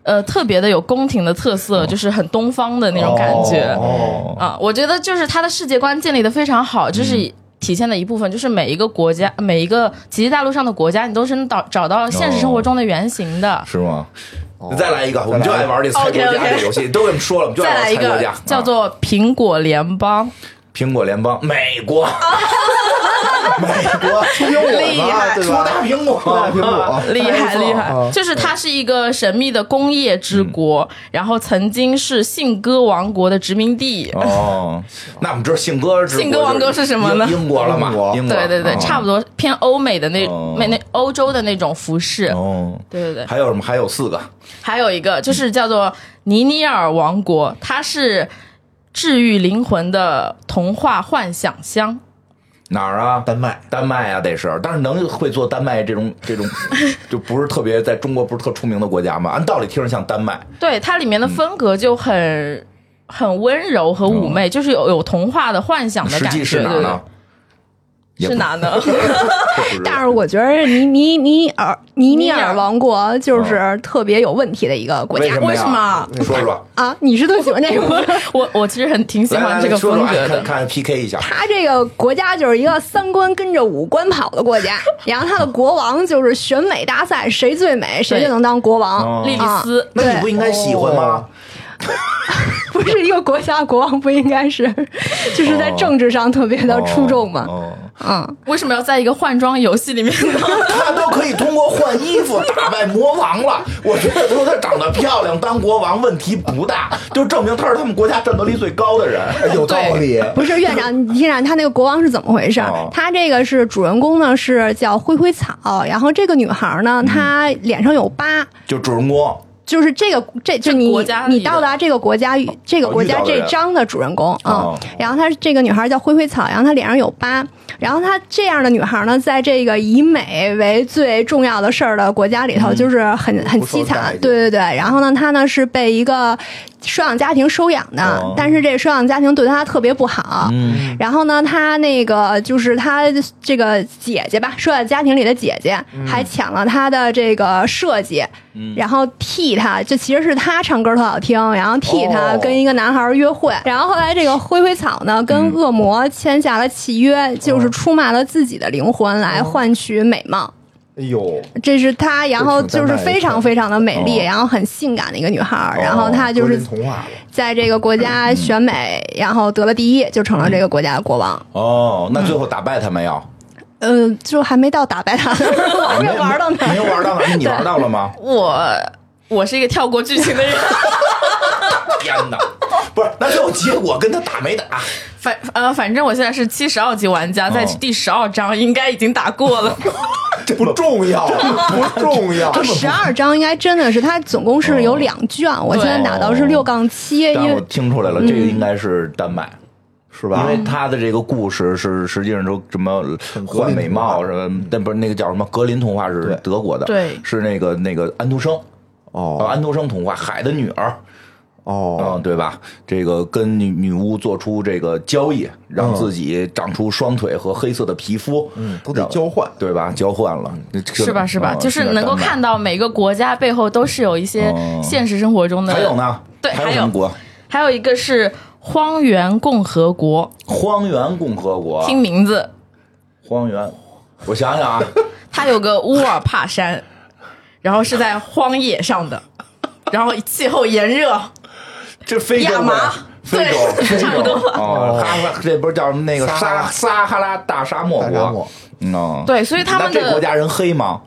[SPEAKER 4] 呃，特别的有宫廷的特色，哦、就是很东方的那种感觉。
[SPEAKER 1] 哦，
[SPEAKER 4] 啊，我觉得就是它的世界观建立的非常好，这、就是体现的一部分，就是每一个国家，每一个奇迹大陆上的国家，你都是能找找到现实生活中的原型的，
[SPEAKER 1] 哦、是吗？再来一个，我们就爱玩这猜国家这游戏，都跟你们说了，我们就爱玩猜国家，
[SPEAKER 4] 叫做苹果联邦。
[SPEAKER 1] 苹果联邦，美国，
[SPEAKER 2] 美国出苹果
[SPEAKER 4] 厉害，
[SPEAKER 2] 对吧？
[SPEAKER 1] 出大苹果，
[SPEAKER 2] 大苹果，
[SPEAKER 4] 厉害厉害！就是它是一个神秘的工业之国，嗯、然后曾经是信鸽王国的殖民地。
[SPEAKER 1] 哦，那我们知道信鸽
[SPEAKER 4] 信鸽王国是什么呢？
[SPEAKER 1] 英国了嘛？英国，
[SPEAKER 4] 对对对，哦、差不多偏欧美的那、哦、那欧洲的那种服饰。
[SPEAKER 1] 哦，
[SPEAKER 4] 对对对。
[SPEAKER 1] 还有什么？还有四个。
[SPEAKER 4] 还有一个就是叫做尼尼尔王国，它是治愈灵魂的童话幻想乡。
[SPEAKER 1] 哪儿啊？
[SPEAKER 2] 丹麦，
[SPEAKER 1] 丹麦啊，得是。但是能会做丹麦这种这种，就不是特别在中国不是特出名的国家嘛？按道理听着像丹麦。
[SPEAKER 4] 对，它里面的风格就很、嗯、很温柔和妩媚，嗯、就是有有童话的幻想的感觉。
[SPEAKER 1] 实际是哪呢？
[SPEAKER 4] 是哪呢？
[SPEAKER 3] 但是我觉得尼尼尼尔尼尼尔王国就是特别有问题的一个国家。
[SPEAKER 1] 为
[SPEAKER 4] 什么？
[SPEAKER 1] 你说说
[SPEAKER 3] 啊！你是特喜欢这个吗？
[SPEAKER 4] 我我其实很挺喜欢这个风格的。
[SPEAKER 1] 看看 P K 一下，
[SPEAKER 3] 他这个国家就是一个三观跟着五官跑的国家，然后他的国王就是选美大赛，谁最美谁就能当国王。
[SPEAKER 4] 莉莉丝，
[SPEAKER 1] 那你不应该喜欢吗？
[SPEAKER 3] 不是一个国家国王不应该是，就是在政治上特别的出众吗？
[SPEAKER 1] 哦，
[SPEAKER 3] 嗯，
[SPEAKER 4] 为什么要在一个换装游戏里面呢？
[SPEAKER 1] 他都可以通过换衣服打败魔王了。我觉得说他长得漂亮当国王问题不大，就证明他是他们国家战斗力最高的人，
[SPEAKER 2] 有道理。
[SPEAKER 3] 不是院长，你听着，他那个国王是怎么回事？哦、他这个是主人公呢，是叫灰灰草，然后这个女孩呢，嗯、她脸上有疤，
[SPEAKER 1] 就主人公。
[SPEAKER 3] 就是这个，这就你你到达这个国家，这个国家这章的主人公啊、
[SPEAKER 1] 哦
[SPEAKER 3] 嗯。然后她这个女孩叫灰灰草，然后她脸上有疤，然后她这样的女孩呢，在这个以美为最重要的事儿的国家里头，就是很、嗯、很凄惨。对对对，然后呢，她呢是被一个收养家庭收养的，哦、但是这个收养家庭对她特别不好。
[SPEAKER 1] 嗯，
[SPEAKER 3] 然后呢，她那个就是她这个姐姐吧，收养家庭里的姐姐，嗯、还抢了她的这个设计。然后替他，就其实是他唱歌特好听，然后替他跟一个男孩约会。哦、然后后来这个灰灰草呢，跟恶魔签下了契约，嗯、就是出卖了自己的灵魂来换取美貌。
[SPEAKER 2] 哎呦，
[SPEAKER 3] 这是她，然后就是非常非常的美丽，
[SPEAKER 1] 哦、
[SPEAKER 3] 然后很性感的一个女孩。
[SPEAKER 1] 哦、
[SPEAKER 3] 然后她就是在这个国家选美，嗯、然后得了第一，就成了这个国家的国王。
[SPEAKER 1] 哦，那最后打败他没有？
[SPEAKER 3] 嗯、呃，就还没到打败他，我还没玩到呢。
[SPEAKER 1] 没有玩到哪？你玩到了吗？
[SPEAKER 4] 我我是一个跳过剧情的人。
[SPEAKER 1] 天哪！不是，那最后结果跟他打没打？
[SPEAKER 4] 反呃，反正我现在是七十二级玩家，在第十二章应该已经打过了。
[SPEAKER 2] 这不重要，不重要。
[SPEAKER 3] 十二章应该真的是，它总共是有两卷，哦、我现在打到是六杠七。
[SPEAKER 1] 但我听出来了，这个应该是丹麦。嗯
[SPEAKER 2] 是吧？
[SPEAKER 1] 因为他的这个故事是实际上都什么换美貌什么，但不是那个叫什么格林童话是德国的，
[SPEAKER 4] 对，
[SPEAKER 1] 是那个那个安徒生
[SPEAKER 2] 哦，
[SPEAKER 1] 安徒生童话《海的女儿》
[SPEAKER 2] 哦，
[SPEAKER 1] 嗯，对吧？这个跟女女巫做出这个交易，让自己长出双腿和黑色的皮肤，
[SPEAKER 2] 嗯，都得交换，
[SPEAKER 1] 对吧？交换了，
[SPEAKER 4] 是吧？是吧？
[SPEAKER 1] 嗯、
[SPEAKER 4] 就是能够看到每个国家背后都是有一些现实生活中的。
[SPEAKER 1] 还有呢？
[SPEAKER 4] 对，
[SPEAKER 1] 还有什么国？
[SPEAKER 4] 还有一个是。荒原共和国，
[SPEAKER 1] 荒原共和国，
[SPEAKER 4] 听名字，
[SPEAKER 1] 荒原，我想想啊，
[SPEAKER 4] 它有个乌尔帕山，然后是在荒野上的，然后气候炎热，
[SPEAKER 1] 这非洲
[SPEAKER 4] 亚麻，
[SPEAKER 1] 非洲，非洲
[SPEAKER 4] 差不多
[SPEAKER 1] 哦，哈拉，这不是叫那个撒撒哈拉大沙漠国，嗯、哦，
[SPEAKER 4] 对，所以他们
[SPEAKER 1] 的这国家人黑吗？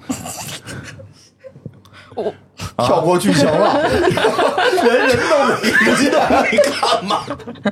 [SPEAKER 4] 我。
[SPEAKER 2] 跳过剧情了，人人都没知道，
[SPEAKER 1] 你看嘛。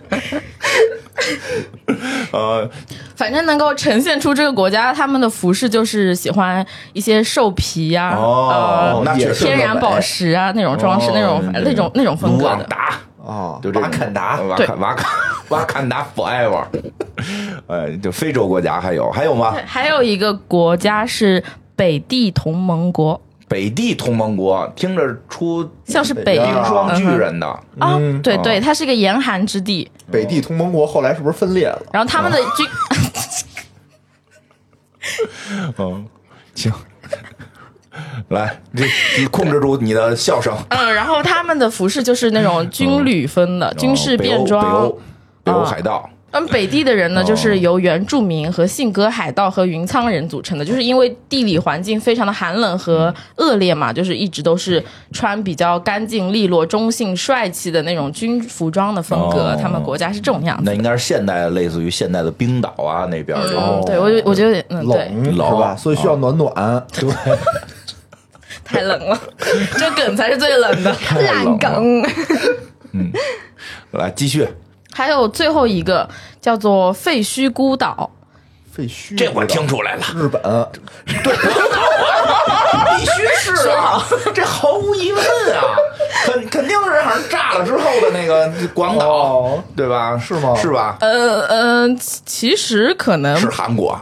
[SPEAKER 1] 呃，
[SPEAKER 4] 反正能够呈现出这个国家他们的服饰，就是喜欢一些兽皮呀、啊，
[SPEAKER 1] 哦，
[SPEAKER 4] 呃，天然宝石啊那种装饰，哦、那种那种那种风格的。
[SPEAKER 1] 达
[SPEAKER 2] 哦，
[SPEAKER 1] 就这
[SPEAKER 2] 瓦坎达，
[SPEAKER 1] 瓦坎瓦坎瓦坎达 forever。呃，就非洲国家还有还有吗？
[SPEAKER 4] 还有一个国家是北地同盟国。
[SPEAKER 1] 北地同盟国听着出
[SPEAKER 4] 像是北
[SPEAKER 1] 冰霜巨人的
[SPEAKER 4] 啊、嗯，对对，它是一个严寒之地。
[SPEAKER 2] 北地同盟国后来是不是分裂了？
[SPEAKER 4] 然后他们的军，
[SPEAKER 1] 嗯，行， 来，这你控制住你的笑声。
[SPEAKER 4] 嗯，然后他们的服饰就是那种军旅风的、嗯、军事便装，
[SPEAKER 1] 北欧北欧海盗。
[SPEAKER 4] 嗯，北地的人呢，就是由原住民和信鸽海盗和云苍人组成的，就是因为地理环境非常的寒冷和恶劣嘛，就是一直都是穿比较干净利落、中性帅气的那种军服装的风格。哦、他们国家是这种样子。
[SPEAKER 1] 那应该是现代，类似于现代的冰岛啊那边。
[SPEAKER 4] 嗯
[SPEAKER 1] 哦、
[SPEAKER 4] 对，我我觉得嗯，
[SPEAKER 2] 冷
[SPEAKER 1] 冷
[SPEAKER 2] 是吧？所以需要暖暖。对。
[SPEAKER 4] 太冷了，这梗才是最冷的
[SPEAKER 3] 烂梗。
[SPEAKER 1] 嗯，来继续。
[SPEAKER 4] 还有最后一个叫做废墟孤岛，
[SPEAKER 2] 废墟
[SPEAKER 1] 这我听出来了，
[SPEAKER 2] 日本，
[SPEAKER 1] 对，必须是啊，这毫无疑问啊，肯肯定是好像炸了之后的那个广岛，哦、对吧？
[SPEAKER 2] 是吗？
[SPEAKER 1] 是吧？
[SPEAKER 4] 呃呃，其实可能
[SPEAKER 1] 是韩国，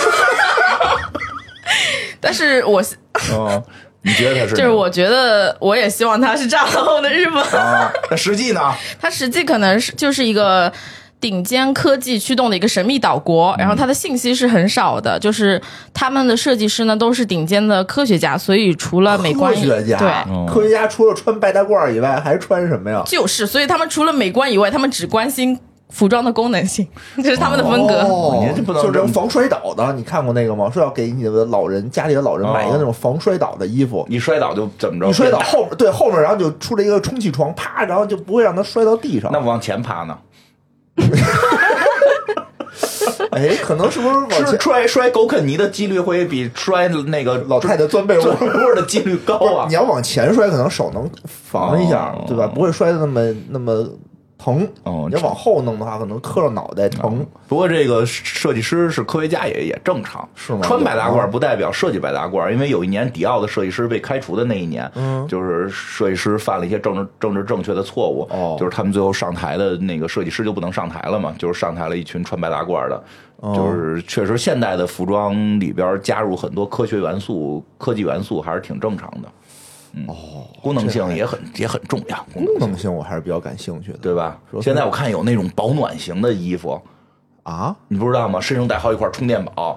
[SPEAKER 4] 但是我
[SPEAKER 1] 哦。你觉得他是？
[SPEAKER 4] 就是我觉得，我也希望他是炸了后的日本。
[SPEAKER 1] 啊，那实际呢？
[SPEAKER 4] 它实际可能是就是一个顶尖科技驱动的一个神秘岛国，然后它的信息是很少的，就是他们的设计师呢都是顶尖的科学家，所以除了美观，
[SPEAKER 2] 科学家
[SPEAKER 4] 对、
[SPEAKER 2] 嗯、科学家除了穿白大褂以外，还穿什么呀？
[SPEAKER 4] 就是，所以他们除了美观以外，他们只关心服装的功能性，这是他们的风格。
[SPEAKER 2] 哦，你这不能就是这种防摔倒的，你看过那个吗？说要给你的老人家里的老人买一个那种防摔倒的衣服，
[SPEAKER 1] 一摔倒就怎么着？
[SPEAKER 2] 一摔倒后面对后面，然后就出了一个充气床，啪，然后就不会让他摔到地上。
[SPEAKER 1] 那往前趴呢？
[SPEAKER 2] 哎，可能是不是往前
[SPEAKER 1] 摔摔狗啃泥的几率会比摔那个
[SPEAKER 2] 老太太钻被窝
[SPEAKER 1] 的几率高啊？
[SPEAKER 2] 你要往前摔，可能手能防一下，哦、对吧？不会摔的那么那么。疼哦，你要往后弄的话，可能磕着脑袋疼。
[SPEAKER 1] 嗯、不过这个设计师是科学家也也正常，
[SPEAKER 2] 是吗？
[SPEAKER 1] 穿白大褂不代表设计白大褂，因为有一年迪奥的设计师被开除的那一年，嗯，就是设计师犯了一些政治政治正确的错误，哦，就是他们最后上台的那个设计师就不能上台了嘛，就是上台了一群穿白大褂的，哦、就是确实现代的服装里边加入很多科学元素、科技元素还是挺正常的。嗯、哦，功能性也很也很重要。
[SPEAKER 2] 功能性我还是比较感兴趣的，
[SPEAKER 1] 对吧？现在我看有那种保暖型的衣服
[SPEAKER 2] 啊，
[SPEAKER 1] 你不知道吗？身上带好几块充电宝。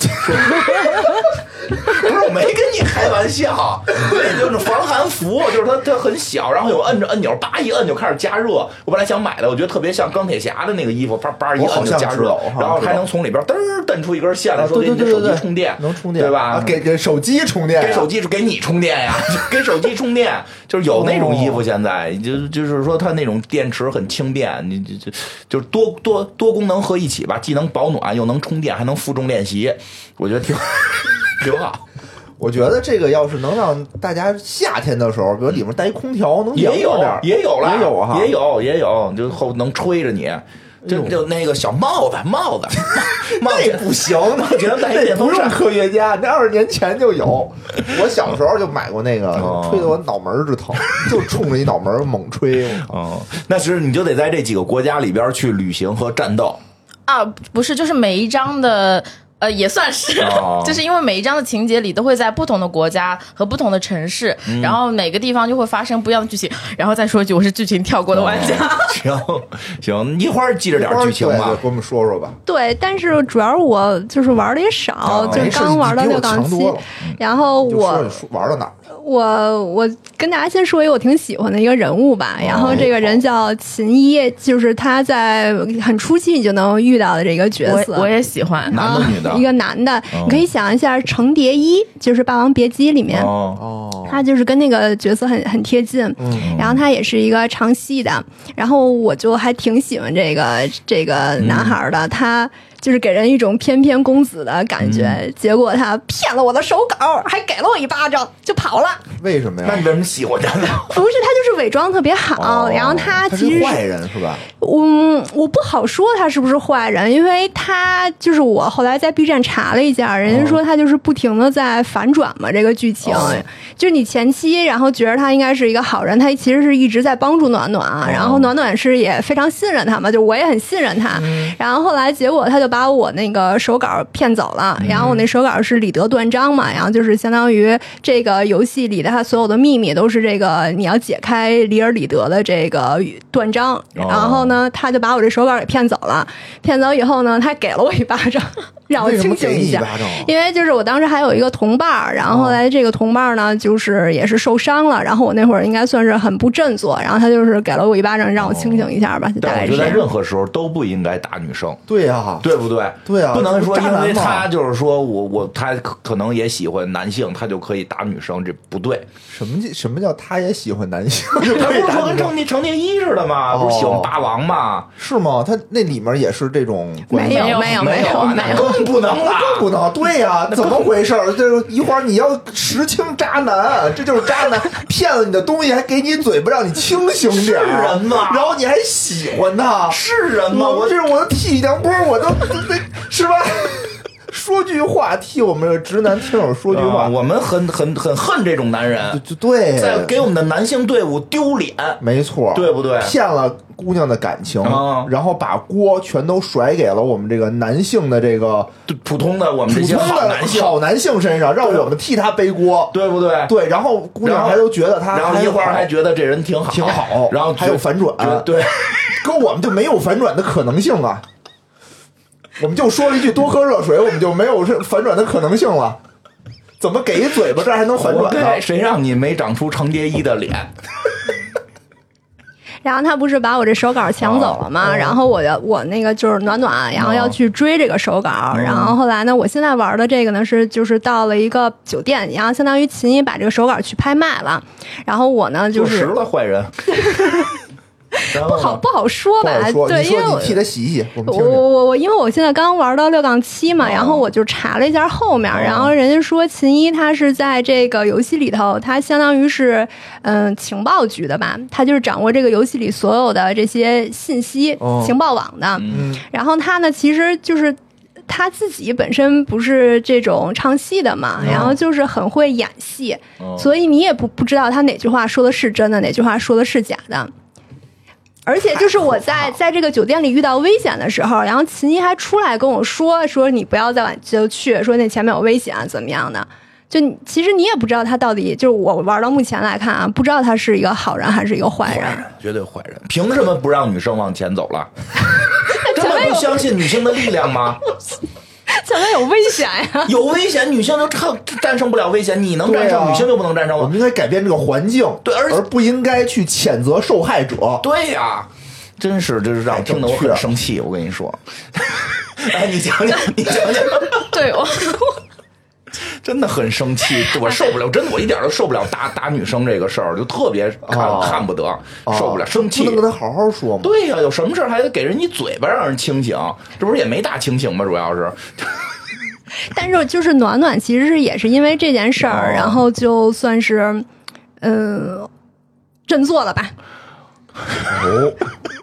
[SPEAKER 1] 不是，我没跟你开玩笑，对，就是防寒服，就是它它很小，然后有摁着按钮，叭一摁就开始加热。我本来想买的，我觉得特别像钢铁侠的那个衣服，叭叭一摁就加热，然后还能从里边噔蹬出一根线来，说给你的手机充电，
[SPEAKER 2] 能充电，
[SPEAKER 1] 对吧？
[SPEAKER 2] 给给手机充电，
[SPEAKER 1] 给手机是给你充电呀，给手机充电，就是有那种衣服，现在就就是说它那种电池很轻便，你就就就是多多多功能合一起吧，既能保暖又能充电，还能负重练习，我觉得挺挺好。
[SPEAKER 2] 我觉得这个要是能让大家夏天的时候，比如里面带一空调，能
[SPEAKER 1] 也有也有了，
[SPEAKER 2] 也有啊，
[SPEAKER 1] 也有也有，就后能吹着你，就就那个小帽子帽子，
[SPEAKER 2] 那不行，
[SPEAKER 1] 那给他带电风扇，
[SPEAKER 2] 不用科学家，那二十年前就有。我小时候就买过那个，吹得我脑门直疼，就冲着你脑门猛吹。
[SPEAKER 1] 哦，那是你就得在这几个国家里边去旅行和战斗
[SPEAKER 4] 啊，不是，就是每一章的。呃，也算是，
[SPEAKER 1] 哦、
[SPEAKER 4] 就是因为每一章的情节里都会在不同的国家和不同的城市，嗯、然后每个地方就会发生不一样的剧情。然后再说一句，我是剧情跳过的玩家。
[SPEAKER 1] 哦、行行，一会儿记着点剧情吧，
[SPEAKER 2] 给我们说说吧。
[SPEAKER 3] 对，但是主要我就是玩的也少，哦、就刚玩到六杠七，然后我
[SPEAKER 2] 玩到哪？
[SPEAKER 3] 我我跟大家先说一个我挺喜欢的一个人物吧，然后这个人叫秦一，就是他在很初期你就能遇到的这个角色，
[SPEAKER 4] 我, 我也喜欢，
[SPEAKER 1] 男的女的，
[SPEAKER 3] 一个男的，你可以想一下程蝶衣，就是《霸王别姬》里面，
[SPEAKER 2] 哦，
[SPEAKER 3] 他就是跟那个角色很很贴近，嗯，然后他也是一个唱戏的，然后我就还挺喜欢这个这个男孩的，他。就是给人一种翩翩公子的感觉，嗯、结果他骗了我的手稿，还给了我一巴掌就跑了。
[SPEAKER 2] 为什么呀？
[SPEAKER 1] 那你为什么喜欢他呢？
[SPEAKER 3] 不是，他就是伪装特别好，哦、然后他其实
[SPEAKER 2] 他是坏人是吧？
[SPEAKER 3] 嗯，我不好说他是不是坏人，因为他就是我后来在 B 站查了一下，人家说他就是不停的在反转嘛，这个剧情，哦、就是你前期然后觉得他应该是一个好人，他其实是一直在帮助暖暖，哦、然后暖暖是也非常信任他嘛，就我也很信任他，嗯、然后后来结果他就把我那个手稿骗走了，然后我那手稿是李德断章嘛，然后就是相当于这个游戏里的他所有的秘密都是这个你要解开里尔里德的这个断章，
[SPEAKER 1] 哦、
[SPEAKER 3] 然后呢，他就把我这手稿给骗走了。骗走以后呢，他给了我一巴掌，让我清醒一下。因为就是我当时还有一个同伴，然后后来这个同伴呢，就是也是受伤了，然后我那会儿应该算是很不振作，然后他就是给了我一巴掌，让我清醒一下吧。
[SPEAKER 1] 哦、
[SPEAKER 3] 就大概是这样。
[SPEAKER 1] 但我觉得在任何时候都不应该打女生。
[SPEAKER 2] 对呀、啊，
[SPEAKER 1] 对不对？
[SPEAKER 2] 对啊，
[SPEAKER 1] 不能说因为他就是说我我他可能也喜欢男性，他就可以打女生，这不对。
[SPEAKER 2] 什么什么叫他也喜欢男性？
[SPEAKER 1] 他不是说跟成成田一似的吗？不是喜欢霸王吗？
[SPEAKER 2] 是吗？他那里面也是这种关系？
[SPEAKER 3] 没有没有
[SPEAKER 1] 没有啊，那更不能了，
[SPEAKER 2] 不能。对呀、啊，怎么回事？这一会儿你要识清渣男，这就是渣男骗了你的东西，还给你嘴巴让你清醒点。
[SPEAKER 1] 是人吗？
[SPEAKER 2] 然后你还喜欢他？
[SPEAKER 1] 是人吗？
[SPEAKER 2] 我这是我的体凉波，我都是吧？说句话，替我们这直男听友说句话，
[SPEAKER 1] 啊、我们很很很恨这种男人，
[SPEAKER 2] 就对，
[SPEAKER 1] 在给我们的男性队伍丢脸，
[SPEAKER 2] 没错，
[SPEAKER 1] 对不对？
[SPEAKER 2] 骗了姑娘的感情，
[SPEAKER 1] 啊、
[SPEAKER 2] 然后把锅全都甩给了我们这个男性的这个
[SPEAKER 1] 普通的我们这些好男性
[SPEAKER 2] 好男性身上，让我们替他背锅，
[SPEAKER 1] 对不对？
[SPEAKER 2] 对，然后姑娘还都觉得他，
[SPEAKER 1] 然后一会儿还觉得这人挺好，
[SPEAKER 2] 挺好，
[SPEAKER 1] 然后
[SPEAKER 2] 还有反转，
[SPEAKER 1] 对，
[SPEAKER 2] 跟我们就没有反转的可能性啊。我们就说了一句多喝热水，我们就没有反转的可能性了。怎么给一嘴巴，这还能反转呢？
[SPEAKER 1] 谁让你没长出程蝶衣的脸？
[SPEAKER 3] 然后他不是把我这手稿抢走了吗？
[SPEAKER 2] 哦、
[SPEAKER 3] 然后我的我那个就是暖暖，然后要去追这个手稿。哦、然后后来呢，我现在玩的这个呢是就是到了一个酒店，然后相当于秦一把这个手稿去拍卖了，然后我呢就是
[SPEAKER 1] 坐实了坏人。
[SPEAKER 3] 不好不好说吧，
[SPEAKER 2] 说
[SPEAKER 3] 对，因为
[SPEAKER 2] 你替他洗洗，我
[SPEAKER 3] 我我我因为我现在刚玩到六杠七嘛，哦、然后我就查了一下后面，哦、然后人家说秦一他是在这个游戏里头，他相当于是嗯、呃、情报局的吧，他就是掌握这个游戏里所有的这些信息，哦、情报网的，
[SPEAKER 2] 嗯，
[SPEAKER 3] 然后他呢其实就是他自己本身不是这种唱戏的嘛，哦、然后就是很会演戏，哦、所以你也不不知道他哪句话说的是真的，哪句话说的是假的。而且就是我在在这个酒店里遇到危险的时候，然后秦一还出来跟我说说你不要再往就去，说那前面有危险啊怎么样的。就其实你也不知道他到底，就是我玩到目前来看啊，不知道他是一个好人还是一个坏人，
[SPEAKER 1] 坏人绝对坏人。凭什么不让女生往前走了？真的不相信女性的力量吗？
[SPEAKER 3] 前面有危险呀！
[SPEAKER 1] 有危险，女性就战胜不了危险，你能战胜，啊、女性就不能战胜吗？
[SPEAKER 2] 我们应该改变这个环境，
[SPEAKER 1] 对，而
[SPEAKER 2] 而不应该去谴责受害者。
[SPEAKER 1] 对呀、啊，真是就是让听得我很生气。我跟你说，哎，你讲讲，你讲讲，
[SPEAKER 4] 对我。
[SPEAKER 1] 真的很生气，我受不了，真的我一点都受不了打打女生这个事儿，就特别看、哦、看不得，受不了，生气。
[SPEAKER 2] 不能跟他好好说吗？
[SPEAKER 1] 对呀、啊，有什么事还得给人一嘴巴让人清醒，这不是也没大清醒吗？主要是。
[SPEAKER 3] 但是就是暖暖其实是也是因为这件事儿，哦、然后就算是呃振作了吧。
[SPEAKER 2] 哦。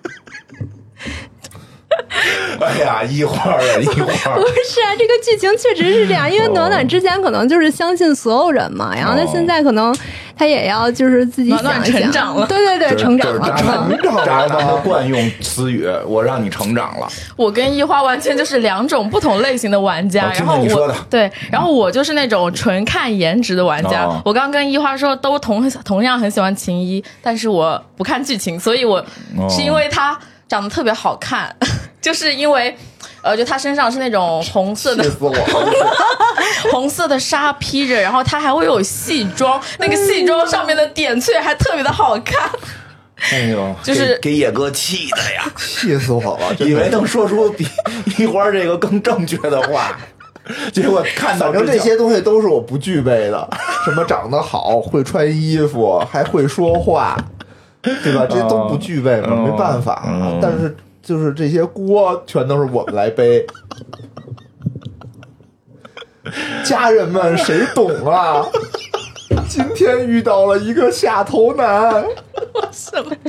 [SPEAKER 1] 哎呀，一会儿啊，一会儿
[SPEAKER 3] 不是啊，这个剧情确实是这样，因为暖暖之前可能就是相信所有人嘛，然后他现在可能他也要就是自己想
[SPEAKER 4] 暖暖成长了，
[SPEAKER 3] 对对对，成长了，
[SPEAKER 2] 成长了，
[SPEAKER 1] 渣男的惯用词语，我让你成长了。
[SPEAKER 4] 我跟一花完全就是两种不同类型的玩家，
[SPEAKER 1] 哦、
[SPEAKER 4] 然后
[SPEAKER 1] 我
[SPEAKER 4] 对，然后我就是那种纯看颜值的玩家。哦、我刚跟一花说都同同样很喜欢秦一，但是我不看剧情，所以我是因为他长得特别好看。就是因为，呃，就他身上是那种红色的，红色的纱披着，然后他还会有戏装，那个戏装上面的点缀还特别的好看。
[SPEAKER 1] 哎呦，
[SPEAKER 4] 就是
[SPEAKER 1] 给野哥气的呀，
[SPEAKER 2] 气死我了！
[SPEAKER 1] 以为能说出比一会儿这个更正确的话，结果看到
[SPEAKER 2] 反正这些东西都是我不具备的，什么长得好、会穿衣服、还会说话，对吧？这些都不具备嘛，嗯、没办法。嗯、但是。就是这些锅全都是我们来背，家人们谁懂啊？今天遇到了一个下头男，
[SPEAKER 4] 什么？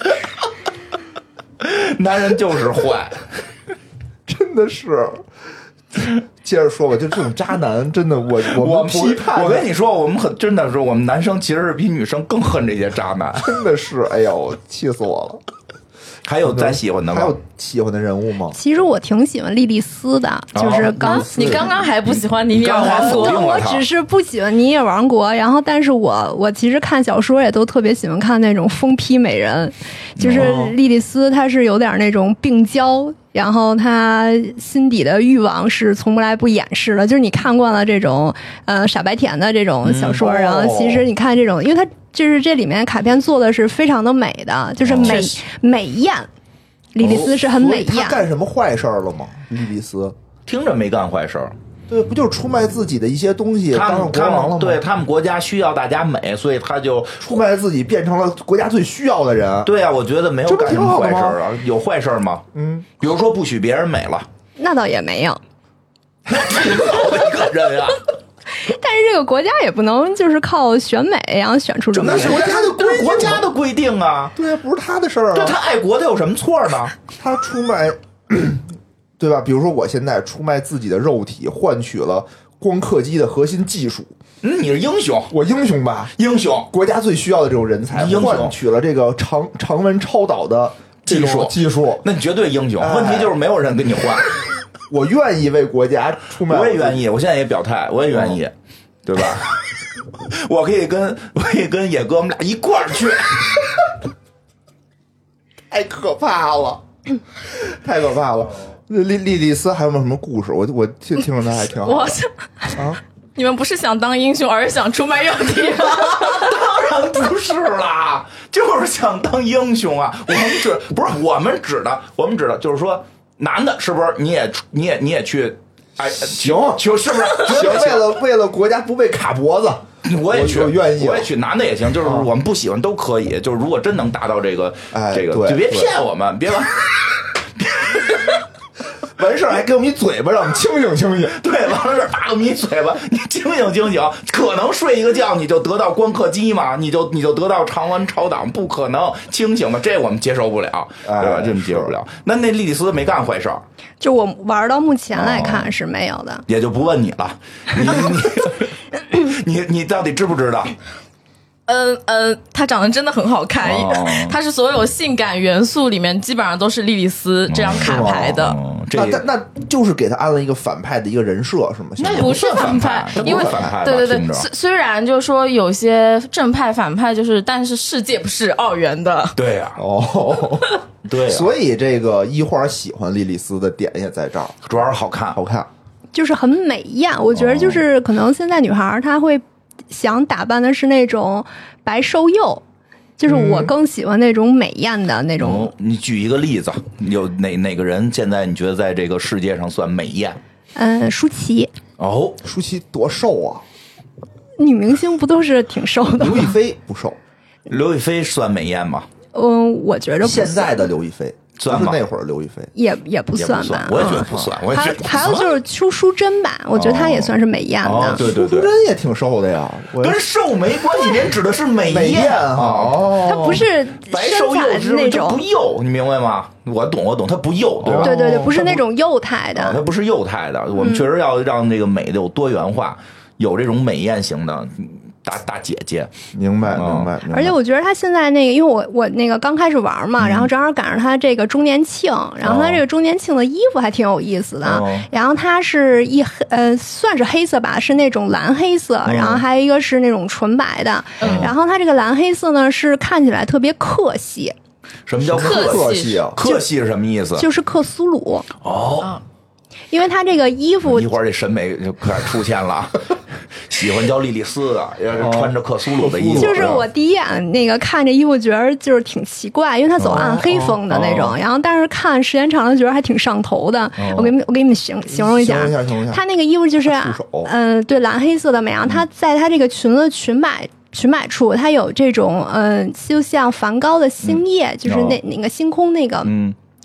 [SPEAKER 1] 男人就是坏，
[SPEAKER 2] 真的是。接着说吧，就这种渣男，真的我我
[SPEAKER 1] 我
[SPEAKER 2] 批判。
[SPEAKER 1] 我跟你说，我们很真的是，我们男生其实是比女生更恨这些渣男，
[SPEAKER 2] 真的是，哎呦，气死我了。
[SPEAKER 1] 还有再喜欢的吗？
[SPEAKER 2] 还有喜欢的人物吗？
[SPEAKER 3] 其实我挺喜欢莉莉丝的，就是刚、
[SPEAKER 4] 啊、你刚刚还不喜欢尼尼尔王国，
[SPEAKER 3] 我只是不喜欢尼尼尔王国，然后但是我我其实看小说也都特别喜欢看那种疯批美人，就是莉莉丝她是有点那种病娇。然后他心底的欲望是从来不掩饰的，就是你看惯了这种呃傻白甜的这种小说，嗯、然后其实你看这种，因为它就是这里面卡片做的是非常的美的，就是美、哦、美艳。莉莉丝是很美艳。
[SPEAKER 2] 他干什么坏事了吗？莉莉丝
[SPEAKER 1] 听着没干坏事。
[SPEAKER 2] 对，不就是出卖自己的一些东西当上国王了吗？
[SPEAKER 1] 对，他们国家需要大家美，所以他就
[SPEAKER 2] 出卖自己，变成了国家最需要的人。
[SPEAKER 1] 对啊，我觉得没有干什么坏事啊。有坏事吗？
[SPEAKER 2] 嗯，
[SPEAKER 1] 比如说不许别人美了，
[SPEAKER 3] 那倒也没有。
[SPEAKER 1] 挺好的一个人啊。
[SPEAKER 3] 但是这个国家也不能就是靠选美然后选出这么
[SPEAKER 1] 那是国家的规国家的规定啊。
[SPEAKER 2] 对啊，不是他的事儿啊。
[SPEAKER 1] 对，他爱国，他有什么错呢？
[SPEAKER 2] 他出卖。对吧？比如说，我现在出卖自己的肉体，换取了光刻机的核心技术。
[SPEAKER 1] 嗯，你是英雄，
[SPEAKER 2] 我英雄吧？
[SPEAKER 1] 英雄，
[SPEAKER 2] 国家最需要的这种人才，换取了这个长长文超导的
[SPEAKER 1] 技术
[SPEAKER 2] 技术。
[SPEAKER 1] 那你绝对英雄。哎、问题就是没有人跟你换。
[SPEAKER 2] 我愿意为国家出卖，
[SPEAKER 1] 我也愿意。我现在也表态，我也愿意，嗯、对吧？我可以跟我可以跟野哥，我们俩一块儿去。
[SPEAKER 2] 太可怕了，太可怕了。莉莉莉丝还有没有什么故事？我我听听着他还挺好。
[SPEAKER 4] 我
[SPEAKER 2] 啊，
[SPEAKER 4] 你们不是想当英雄，而是想出卖肉体吗？
[SPEAKER 1] 当然不是啦，就是想当英雄啊！我们指不是我们指的，我们指的就是说，男的是不是你也你也你也去？哎，
[SPEAKER 2] 行，
[SPEAKER 1] 行，是不是？
[SPEAKER 2] 行，为了为了国家不被卡脖子。
[SPEAKER 1] 我也去，
[SPEAKER 2] 我愿意，
[SPEAKER 1] 我也去，男的也行，就是我们不喜欢都可以。就是如果真能达到这个，
[SPEAKER 2] 哎、
[SPEAKER 1] 这个就别骗我们，别完。
[SPEAKER 2] 完事儿还给我们一嘴巴，让我们清醒清醒。
[SPEAKER 1] 对，完了事儿打我们一嘴巴，你清醒清醒。可能睡一个觉你就得到光刻机吗？你就你就得到长文超档？不可能，清醒吗？这我们接受不了，
[SPEAKER 2] 哎、
[SPEAKER 1] 对吧？这么接受不了。那那莉莉丝没干坏事儿，
[SPEAKER 3] 就我玩到目前来看是没有的，哦、
[SPEAKER 1] 也就不问你了。你你你你到底知不知道？
[SPEAKER 4] 嗯嗯，她长得真的很好看，哦、她是所有性感元素里面基本上都是莉莉丝这张卡牌的。
[SPEAKER 1] 哦、
[SPEAKER 2] 那那那就是给她安了一个反派的一个人设，是吗？
[SPEAKER 4] 那不是反派，因为
[SPEAKER 1] 反派
[SPEAKER 4] 对对对，虽虽然就是说有些正派反派就是，但是世界不是二元的。
[SPEAKER 1] 对呀、啊，
[SPEAKER 2] 哦，
[SPEAKER 1] 对、啊，
[SPEAKER 2] 所以这个一花喜欢莉莉丝的点也在这儿，
[SPEAKER 1] 主要是好看，
[SPEAKER 2] 好看，
[SPEAKER 3] 就是很美艳。我觉得就是可能现在女孩她会。想打扮的是那种白瘦幼，就是我更喜欢那种美艳的那种。
[SPEAKER 1] 嗯、你举一个例子，有哪哪个人现在你觉得在这个世界上算美艳？
[SPEAKER 3] 嗯，舒淇。
[SPEAKER 1] 哦，
[SPEAKER 2] 舒淇多瘦啊！
[SPEAKER 3] 女明星不都是挺瘦的吗？
[SPEAKER 2] 刘亦菲不瘦，
[SPEAKER 1] 刘亦菲算美艳吗？
[SPEAKER 3] 嗯，我觉着不
[SPEAKER 2] 现在的刘亦菲。
[SPEAKER 1] 算
[SPEAKER 2] 就是那会儿刘亦菲
[SPEAKER 3] 也也不算吧，
[SPEAKER 1] 我也觉得不算。我也觉得
[SPEAKER 3] 还有就是邱淑贞吧，我觉得她也算是美艳的。
[SPEAKER 1] 哦、对对对，
[SPEAKER 2] 邱淑贞也挺瘦的呀，
[SPEAKER 1] 跟瘦没关系，人指的是美
[SPEAKER 2] 美艳哈。哦，
[SPEAKER 3] 她不是
[SPEAKER 1] 白瘦幼
[SPEAKER 3] 那种，
[SPEAKER 1] 不幼，你明白吗？我懂，我懂，她不幼，对吧？
[SPEAKER 3] 对对对，不是那种幼态的，
[SPEAKER 1] 她不是幼态的。我们确实要让这个美的有多元化，有这种美艳型的。大大姐姐，
[SPEAKER 2] 明白明白。
[SPEAKER 3] 而且我觉得他现在那个，因为我我那个刚开始玩嘛，嗯、然后正好赶上他这个周年庆，然后他这个周年庆的衣服还挺有意思的。哦、然后它是一黑呃，算是黑色吧，是那种蓝黑色，哦、然后还有一个是那种纯白的。嗯、然后它这个蓝黑色呢，是看起来特别克系。
[SPEAKER 1] 什么叫
[SPEAKER 2] 克系啊？
[SPEAKER 1] 克系是什么意思？
[SPEAKER 3] 就是克苏鲁。
[SPEAKER 1] 哦。
[SPEAKER 3] 因为他这个衣服，
[SPEAKER 1] 一会儿这审美就开始出现了，喜欢叫莉莉丝啊，也是穿着克苏鲁的衣服。
[SPEAKER 3] 就是我第一眼那个看这衣服，觉得就是挺奇怪，因为他走暗黑风的那种，哦、然后但是看时间长了，觉得还挺上头的。哦、我给你们我给你们形形容一下，他那个衣服就是，嗯、呃，对，蓝黑色的美啊，他在他这个裙子裙摆。裙摆处它有这种，嗯、呃，就像梵高的星夜，嗯、就是那、哦、那个星空那个，
[SPEAKER 1] 嗯。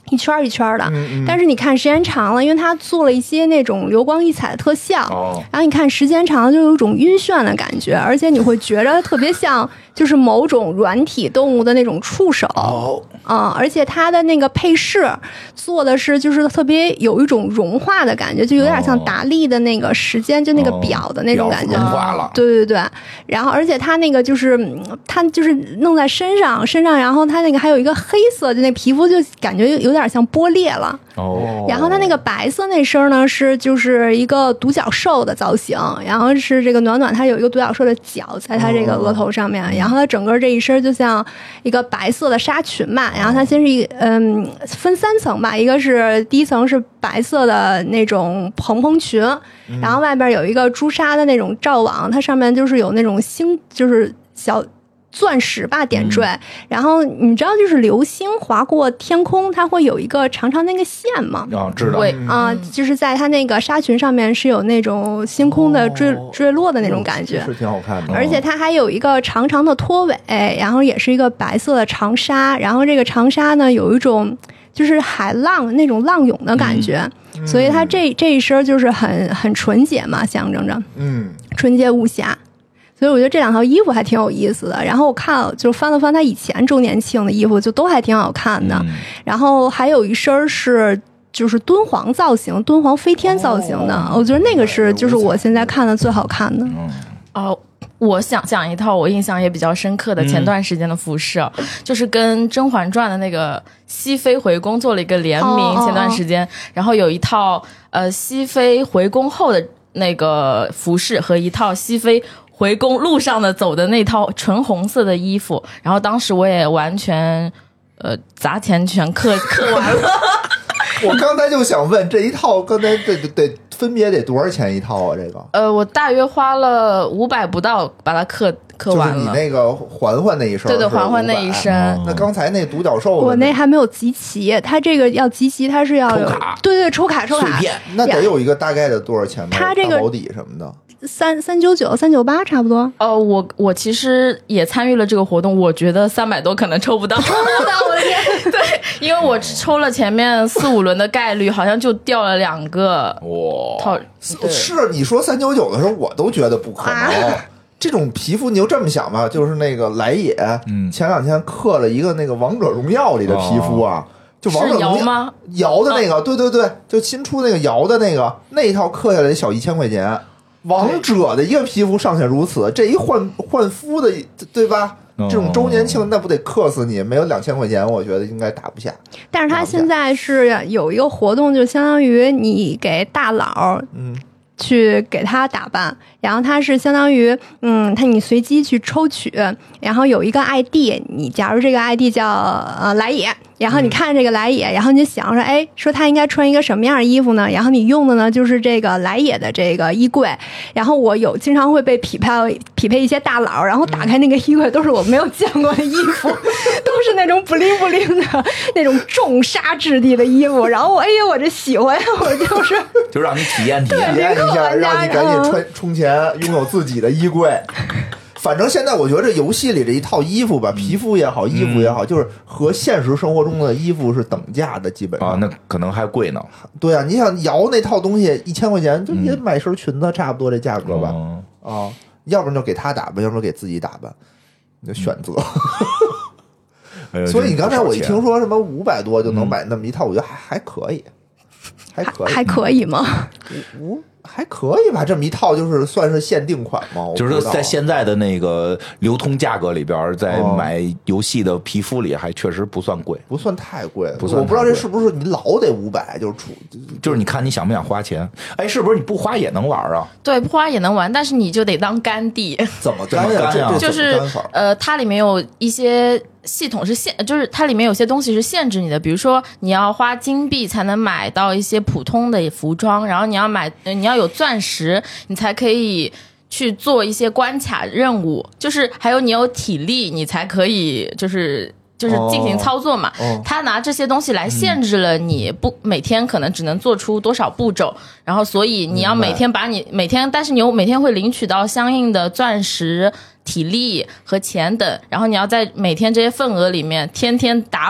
[SPEAKER 3] 一圈一圈的，
[SPEAKER 2] 嗯嗯
[SPEAKER 3] 但是你看时间长了，因为它做了一些那种流光溢彩的特效，
[SPEAKER 1] 哦
[SPEAKER 3] 然后你看时间长了就有一种晕眩的感觉，而且你会觉得特别像就是某种软体动物的那种触手，
[SPEAKER 1] 哦，
[SPEAKER 3] 啊、而且它的那个配饰做的是就是特别有一种融化的感觉，就有点像达利的那个时间，就那个表的那种感觉。
[SPEAKER 1] 哦融化了，
[SPEAKER 3] 对对对，然后而且它那个就是嗯它就是弄在身上，身上，然后它那个还有一个黑色，就那皮肤就感觉有点像剥裂了。
[SPEAKER 1] 哦，
[SPEAKER 3] 然后它那个白色那身呢是就是一个独角兽的造型，然后是这个暖暖它有一个独角兽的角在它这个额头上面，然后它整个这一身就像一个白色的纱裙嘛，然后它先是一嗯分三层吧，一个是第一层是白色的那种蓬蓬裙，然后外边有一个朱砂的那种罩网，它上面就是有那种星就是小钻石吧点缀，
[SPEAKER 1] 嗯
[SPEAKER 3] 然后你知道就是流星划过天空，它会有一个长长那个线吗？
[SPEAKER 1] 啊，知道，
[SPEAKER 4] 对
[SPEAKER 3] 啊、就是在它那个纱裙上面是有那种星空的坠、
[SPEAKER 2] 哦
[SPEAKER 3] 坠落的那种感觉，
[SPEAKER 2] 是挺好看的。
[SPEAKER 3] 而且它还有一个长长的拖尾，然后也是一个白色的长纱，然后这个长纱呢有一种就是海浪那种浪涌的感觉，
[SPEAKER 2] 嗯
[SPEAKER 3] 所以它这这一身就是很很纯洁嘛，象征着
[SPEAKER 2] 嗯，
[SPEAKER 3] 纯洁无瑕。所以我觉得这两套衣服还挺有意思的。然后我看就翻了翻他以前周年庆的衣服，就都还挺好看的。
[SPEAKER 1] 嗯
[SPEAKER 3] 然后还有一身是就是敦煌造型、敦煌飞天造型的，
[SPEAKER 2] 哦
[SPEAKER 3] 我觉得那个是就是我现在看的最好看的。
[SPEAKER 4] 哦，我想讲一套我印象也比较深刻的前段时间的服饰，嗯、就是跟《甄嬛传》的那个熹妃回宫做了一个联名。
[SPEAKER 3] 哦、
[SPEAKER 4] 前段时间，然后有一套呃熹妃回宫后的那个服饰和一套熹妃回宫路上的走的那套纯红色的衣服，然后当时我也完全呃砸钱全刻刻完了。
[SPEAKER 2] 我刚才就想问，这一套刚才得得得分别得多少钱一套啊？这个
[SPEAKER 4] 呃，我大约花了五百不到把它刻刻完了。
[SPEAKER 2] 就是你那个嬛嬛那一身，
[SPEAKER 4] 对对，嬛嬛那一身。
[SPEAKER 2] 那刚才那独角兽，
[SPEAKER 3] 我那还没有集齐，它这个要集齐，它是要有
[SPEAKER 1] 抽卡
[SPEAKER 3] 对对抽卡抽卡
[SPEAKER 1] 碎片，
[SPEAKER 2] 那得有一个大概的多少钱吧？
[SPEAKER 3] 它这个
[SPEAKER 2] 大保底什么的。
[SPEAKER 3] 三三九九、三九八差不多。
[SPEAKER 4] 呃，我我其实也参与了这个活动，我觉得三百多可能抽不到，抽
[SPEAKER 3] 不到，我的天！
[SPEAKER 4] 对，因为我抽了前面四五轮的概率，好像就掉了两个
[SPEAKER 1] 哇
[SPEAKER 4] 套。
[SPEAKER 2] 是你说三九九的时候，我都觉得不可能。啊这种皮肤你就这么想吧，就是那个来也，
[SPEAKER 1] 嗯，
[SPEAKER 2] 前两天刻了一个那个王者荣耀里的皮肤啊。哦就王者荣耀
[SPEAKER 4] 是摇吗？
[SPEAKER 2] 摇的那个，对对对，就新出那个摇的那个，那一套刻下来小一千块钱。王者的一个皮肤尚且如此，这一换换肤的，对吧？这种周年庆那不得克死你？没有两千块钱，我觉得应该打不下。
[SPEAKER 3] 但是他现在是有一个活动，就相当于你给大佬，
[SPEAKER 2] 嗯，
[SPEAKER 3] 去给他打扮，然后他是相当于，嗯，他你随机去抽取，然后有一个 I D， 你假如这个 I D 叫呃来也。然后你看这个来也，然后你就想说，哎，说他应该穿一个什么样的衣服呢？然后你用的呢就是这个来也的这个衣柜。然后我有经常会被匹配匹配一些大佬，然后打开那个衣柜都是我没有见过的衣服，都是那种不灵不灵的那种重纱质地的衣服。然后我哎呀，我这喜欢，我就是
[SPEAKER 1] 就让你体验体验
[SPEAKER 2] 体验一下，让你赶紧穿充钱，拥有自己的衣柜。反正现在我觉得这游戏里这一套衣服吧，皮肤也好，衣服也好，就是和现实生活中的衣服是等价的，基本上
[SPEAKER 1] 啊，那可能还贵呢。
[SPEAKER 2] 对啊，你想摇那套东西一千块钱，就也买身裙子差不多这价格吧？
[SPEAKER 1] 嗯、
[SPEAKER 2] 啊，要不然就给他打扮，要不然给自己打扮，你就选择。
[SPEAKER 1] 嗯、
[SPEAKER 2] 所以你刚才我一听说什么五百多就能买那么一套，我觉得还还可以，还可以，
[SPEAKER 3] 还可以吗？
[SPEAKER 2] 五。还可以吧，这么一套就是算是限定款吗？
[SPEAKER 1] 就是在现在的那个流通价格里边，在买游戏的皮肤里还确实不算贵，
[SPEAKER 2] 不算太贵。
[SPEAKER 1] 不算，
[SPEAKER 2] 我不知道这是不是你老得五百，就是出，
[SPEAKER 1] 就是你看你想不想花钱？哎，是不是你不花也能玩啊？
[SPEAKER 4] 对，不花也能玩，但是你就得当干弟。
[SPEAKER 2] 怎么干呀？
[SPEAKER 1] 干呀
[SPEAKER 2] 这
[SPEAKER 4] 就是呃，它里面有一些。系统是限，就是它里面有些东西是限制你的，比如说你要花金币才能买到一些普通的服装，然后你要买，你要有钻石，你才可以去做一些关卡任务，就是还有你有体力，你才可以就是就是进行操作嘛。
[SPEAKER 2] 哦哦、
[SPEAKER 4] 他拿这些东西来限制了你不每天可能只能做出多少步骤，然后所以你要每天把你每天，但是你有每天会领取到相应的钻石。体力和钱等，然后你要在每天这些份额里面天天打满，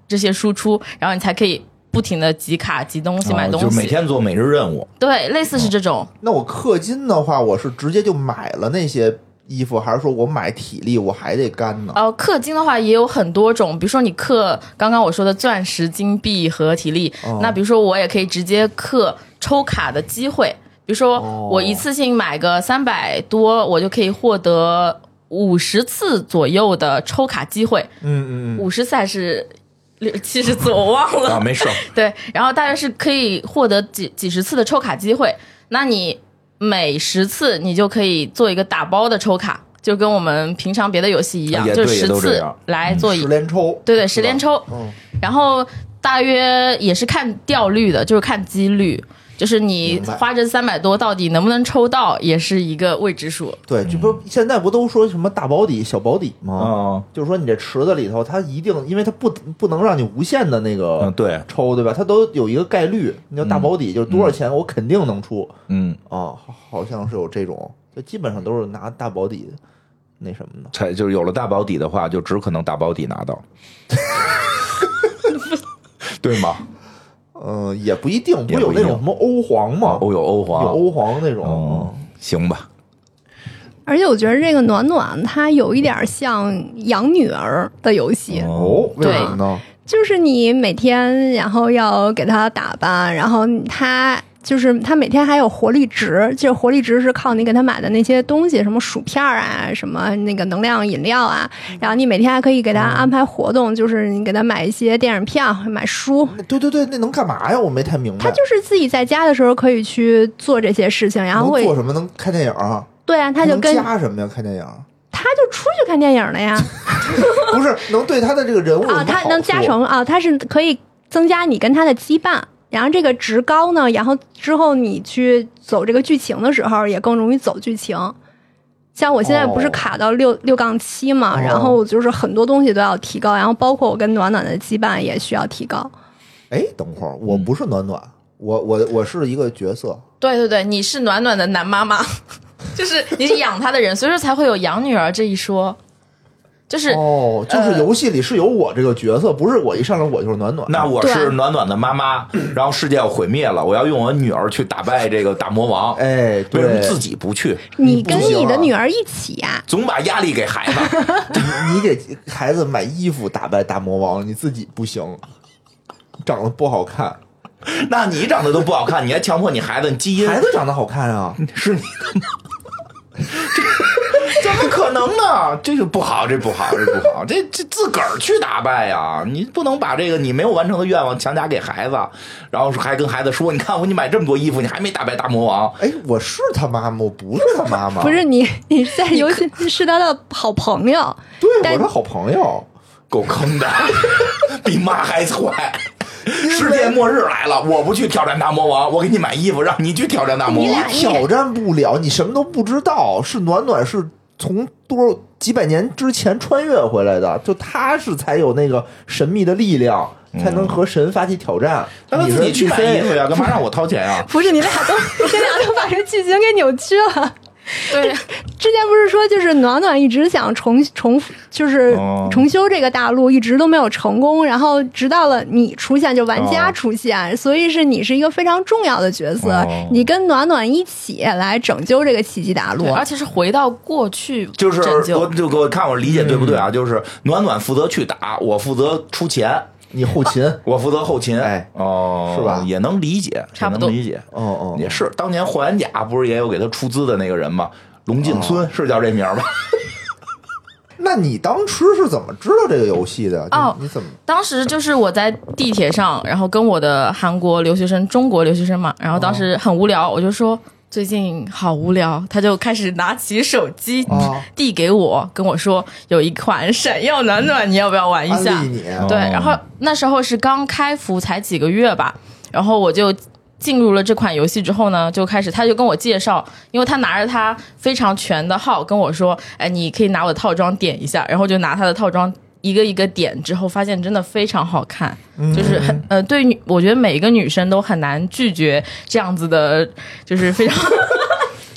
[SPEAKER 4] 这些输出，然后你才可以不停的集卡集东西、哦、买东西，
[SPEAKER 1] 就每天做每日任务。
[SPEAKER 4] 对，类似是这种、
[SPEAKER 2] 哦、那我氪金的话，我是直接就买了那些衣服，还是说我买体力我还得干呢？
[SPEAKER 4] 呃，氪金的话也有很多种，比如说你氪刚刚我说的钻石、金币和体力、哦、那比如说我也可以直接氪抽卡的机会，比如说我一次性买个三百多，我就可以获得五十次左右的抽卡机会。
[SPEAKER 2] 嗯嗯嗯，
[SPEAKER 4] 五十次还是六七十次我忘了
[SPEAKER 1] 啊，没事。
[SPEAKER 4] 对，然后大约是可以获得几几十次的抽卡机会，那你每十次你就可以做一个打包的抽卡，就跟我们平常别的游戏一样，就十次来做一、
[SPEAKER 2] 嗯、十连抽，
[SPEAKER 4] 对对，十连抽。
[SPEAKER 2] 嗯，
[SPEAKER 4] 然后大约也是看掉率的，就是看几率。就是你花这三百多到底能不能抽到，也是一个未知数。
[SPEAKER 2] 对，就不现在不都说什么大保底、小保底吗？
[SPEAKER 1] 嗯，
[SPEAKER 2] 就是说你这池子里头，它一定，因为它不不能让你无限的那个
[SPEAKER 1] 嗯对
[SPEAKER 2] 抽，对吧？它都有一个概率。你叫大保底，就是多少钱我肯定能出。
[SPEAKER 1] 嗯
[SPEAKER 2] 啊，好像是有这种，就基本上都是拿大保底那什么的。
[SPEAKER 1] 才就是有了大保底的话，就只可能大保底拿到，对吗？
[SPEAKER 2] 嗯、呃，也不一定，不有那种什么欧皇吗？
[SPEAKER 1] 哦，有欧皇，
[SPEAKER 2] 有欧皇那种。
[SPEAKER 1] 嗯，行吧。
[SPEAKER 3] 而且我觉得这个暖暖它有一点像养女儿的游戏
[SPEAKER 2] 哦，为什么呢？
[SPEAKER 3] 就是你每天然后要给她打扮，然后她就是她每天还有活力值，就是活力值是靠你给她买的那些东西，什么薯片啊，什么那个能量饮料啊，然后你每天还可以给她安排活动，就是你给她买一些电影票、买书。
[SPEAKER 2] 对对对，那能干嘛呀？我没太明白。
[SPEAKER 3] 她就是自己在家的时候可以去做这些事情，然后会
[SPEAKER 2] 能做什么？能看电影啊？
[SPEAKER 3] 对啊，他就跟
[SPEAKER 2] 能加什么呀？看电影，
[SPEAKER 3] 他就出去看电影了呀。
[SPEAKER 2] 不是能对他的这个人物
[SPEAKER 3] 啊，他能加成啊，他是可以增加你跟他的羁绊，然后这个值高呢，然后之后你去走这个剧情的时候也更容易走剧情。像我现在不是卡到六、哦、六杠七嘛，然后就是很多东西都要提高，然后包括我跟暖暖的羁绊也需要提高。
[SPEAKER 2] 哎，等会儿，我不是暖暖，我我我是一个角色。
[SPEAKER 4] 对对对，你是暖暖的男妈妈。就是你是养他的人，所以说才会有养女儿这一说。就是
[SPEAKER 2] 哦，就是游戏里是有我这个角色，呃、不是我一上来我就是暖暖。
[SPEAKER 1] 那我是暖暖的妈妈，然后世界要毁灭了，我要用我女儿去打败这个大魔王。
[SPEAKER 2] 哎，对，
[SPEAKER 1] 为什么自己不去？
[SPEAKER 3] 你跟你的女儿一起呀、啊，
[SPEAKER 1] 总把压力给孩子。
[SPEAKER 2] 你你给孩子买衣服打败大魔王，你自己不行，长得不好看。
[SPEAKER 1] 那你长得都不好看，你还强迫你孩子基因？
[SPEAKER 2] 孩子长得好看啊，
[SPEAKER 1] 是你的吗？怎么可能呢？这个不好，这不好，这不好，这这自个儿去打败呀！你不能把这个你没有完成的愿望强加给孩子，然后还跟孩子说：“你看我，你买这么多衣服，你还没打败大魔王。”
[SPEAKER 2] 哎，我是他妈妈，我不是他妈妈。
[SPEAKER 3] 不是你，你在游戏是他的好朋友。
[SPEAKER 2] 对，我是好朋友，
[SPEAKER 1] 够坑的，比妈还坏。世界末日来了，我不去挑战大魔王，我给你买衣服，让你去挑战大魔王。
[SPEAKER 2] 挑战不了，你什么都不知道。是暖暖是从多少几百年之前穿越回来的，就他是才有那个神秘的力量，嗯、才能和神发起挑战。
[SPEAKER 1] 那他自己去买衣服呀，干嘛让我掏钱啊？
[SPEAKER 3] 不是，你俩都你俩都把这剧情给扭曲了。
[SPEAKER 4] 对，
[SPEAKER 3] 之前不是说就是暖暖一直想重重就是重修这个大陆，一直都没有成功，然后直到了你出现，就玩家出现，哦、所以是你是一个非常重要的角色，哦、你跟暖暖一起来拯救这个奇迹大陆，
[SPEAKER 4] 而且是回到过去，
[SPEAKER 1] 就是我就给我看我理解对不对啊？嗯、就是暖暖负责去打，我负责出钱。
[SPEAKER 2] 你后勤，
[SPEAKER 1] 我负责后勤，
[SPEAKER 2] 哎，
[SPEAKER 1] 哦，
[SPEAKER 2] 是吧？
[SPEAKER 1] 也能理解，
[SPEAKER 4] 差不多
[SPEAKER 1] 理解，
[SPEAKER 2] 哦哦，
[SPEAKER 1] 也是。当年霍元甲不是也有给他出资的那个人吗？龙进村、哦、是叫这名吧？
[SPEAKER 2] 那你当时是怎么知道这个游戏的？
[SPEAKER 4] 哦，
[SPEAKER 2] 你怎么？
[SPEAKER 4] 当时就是我在地铁上，然后跟我的韩国留学生、中国留学生嘛，然后当时很无聊，我就说。最近好无聊，他就开始拿起手机、哦、递给我，跟我说有一款闪耀暖暖，你要不要玩一下？
[SPEAKER 2] 安利你
[SPEAKER 4] 对，然后那时候是刚开服才几个月吧，然后我就进入了这款游戏之后呢，就开始他就跟我介绍，因为他拿着他非常全的号跟我说，哎，你可以拿我的套装点一下，然后就拿他的套装一个一个点之后，发现真的非常好看，
[SPEAKER 2] 嗯、
[SPEAKER 4] 就是很呃，对女，我觉得每一个女生都很难拒绝这样子的，就是非常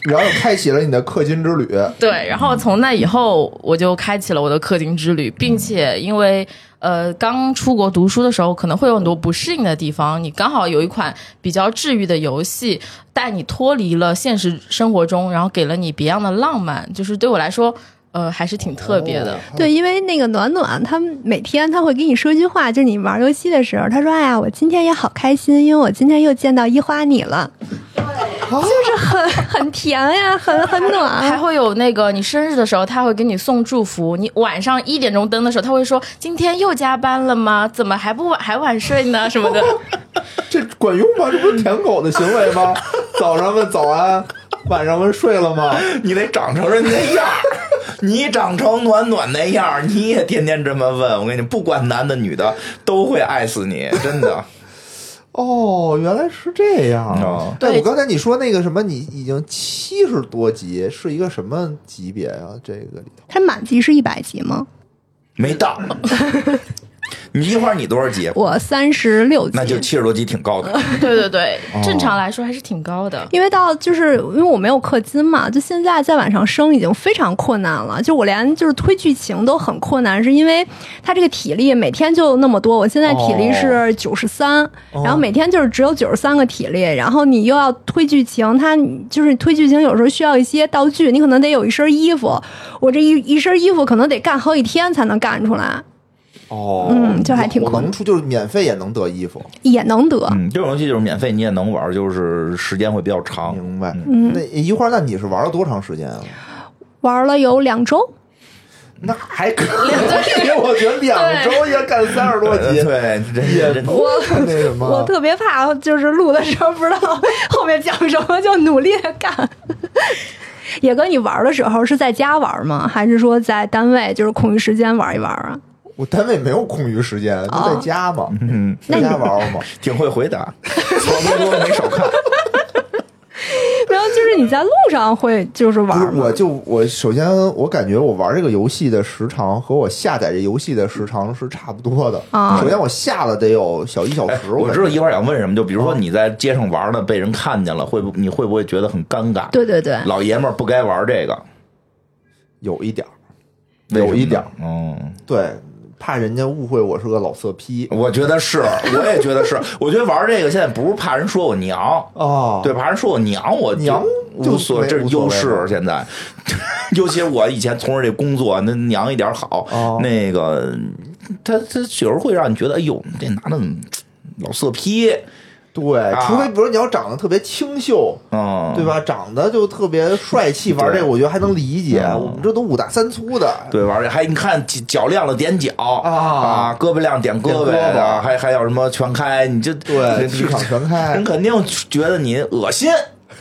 [SPEAKER 2] 然后又开启了你的氪金之旅。
[SPEAKER 4] 对，然后从那以后我就开启了我的氪金之旅，并且因为呃刚出国读书的时候可能会有很多不适应的地方，你刚好有一款比较治愈的游戏带你脱离了现实生活中，然后给了你别样的浪漫，就是对我来说呃，还是挺特别的。
[SPEAKER 2] 哦、
[SPEAKER 3] 对，因为那个暖暖，他每天他会给你说一句话，就是你玩游戏的时候，他说：“哎呀，我今天也好开心，因为我今天又见到一花你了。”就是很很甜呀，很很暖。
[SPEAKER 4] 还会有那个你生日的时候，他会给你送祝福。你晚上一点钟登的时候，他会说：“今天又加班了吗？怎么还不晚还晚睡呢？”什么的。
[SPEAKER 2] 这管用吗？这不是舔狗的行为吗？早上问早安，晚上问睡了吗？
[SPEAKER 1] 你得长成人那样。你长成暖暖那样，你也天天这么问，我跟你，不管男的女的都会爱死你，真的。
[SPEAKER 2] 哦，原来是这样。
[SPEAKER 1] 哦、
[SPEAKER 2] 对，我刚才你说那个什么，你已经七十多级，是一个什么级别啊？这个里头，
[SPEAKER 3] 它满级是一百级吗？
[SPEAKER 1] 没到。你一会儿你多少级？
[SPEAKER 3] 我三十六级，
[SPEAKER 1] 那就七十多级，挺高的。
[SPEAKER 4] 对对对，正常来说还是挺高的。
[SPEAKER 3] 因为到就是因为我没有氪金嘛，就现在再往上升已经非常困难了。就我连就是推剧情都很困难，是因为他这个体力每天就那么多。我现在体力是九十三，然后每天就是只有九十三个体力，然后你又要推剧情，他就是推剧情有时候需要一些道具，你可能得有一身衣服，我这一一身衣服可能得干好几天才能干出来。
[SPEAKER 2] 哦，
[SPEAKER 3] 嗯，就还挺
[SPEAKER 2] 我能出，就是免费也能得衣服，
[SPEAKER 3] 也能得。
[SPEAKER 1] 嗯，这种游戏就是免费你也能玩，就是时间会比较长。
[SPEAKER 2] 明白。嗯，那一会儿，那你是玩了多长时间啊？
[SPEAKER 3] 玩了有两周。
[SPEAKER 2] 那还可以，我觉得两周也干三十多集，
[SPEAKER 1] 对，
[SPEAKER 2] 也不那什么。
[SPEAKER 3] 我特别怕，就是录的时候不知道后面讲什么，就努力的干。野哥，你玩的时候是在家玩吗？还是说在单位就是空余时间玩一玩啊？
[SPEAKER 2] 我单位没有空余时间，就在家嘛，嗯，在家玩玩嘛，
[SPEAKER 1] 挺会回答，好多都没少看。
[SPEAKER 3] 然后就是你在路上会就是玩吗？
[SPEAKER 2] 我就我首先我感觉我玩这个游戏的时长和我下载这游戏的时长是差不多的。啊，首先我下了得有小一小时。
[SPEAKER 1] 哎、我知道一会儿想问什么，就比如说你在街上玩的被人看见了，会不你会不会觉得很尴尬？
[SPEAKER 3] 对对对，
[SPEAKER 1] 老爷们儿不该玩这个，
[SPEAKER 2] 有一点，有一点，
[SPEAKER 1] 嗯，
[SPEAKER 2] 对。怕人家误会我是个老色批，
[SPEAKER 1] 我觉得是，我也觉得是。我觉得玩这个现在不是怕人说我娘
[SPEAKER 2] 哦，
[SPEAKER 1] 对，怕人说我娘，我
[SPEAKER 2] 娘
[SPEAKER 1] 无所，这是优势。现在，尤其我以前从事这工作，那娘一点好，
[SPEAKER 2] 哦、
[SPEAKER 1] 那个他他有时候会让你觉得，哎呦，这男的老色批。
[SPEAKER 2] 对，
[SPEAKER 1] 啊、
[SPEAKER 2] 除非比如你要长得特别清秀，
[SPEAKER 1] 嗯，
[SPEAKER 2] 对吧？长得就特别帅气，玩这个我觉得还能理解。
[SPEAKER 1] 嗯、
[SPEAKER 2] 我们这都五大三粗的，
[SPEAKER 1] 对，玩这还你看脚亮了点脚
[SPEAKER 2] 啊
[SPEAKER 1] 啊，胳膊亮点胳膊的，还还有什么全开，你就
[SPEAKER 2] 对气场全开，
[SPEAKER 1] 人肯定觉得你恶心，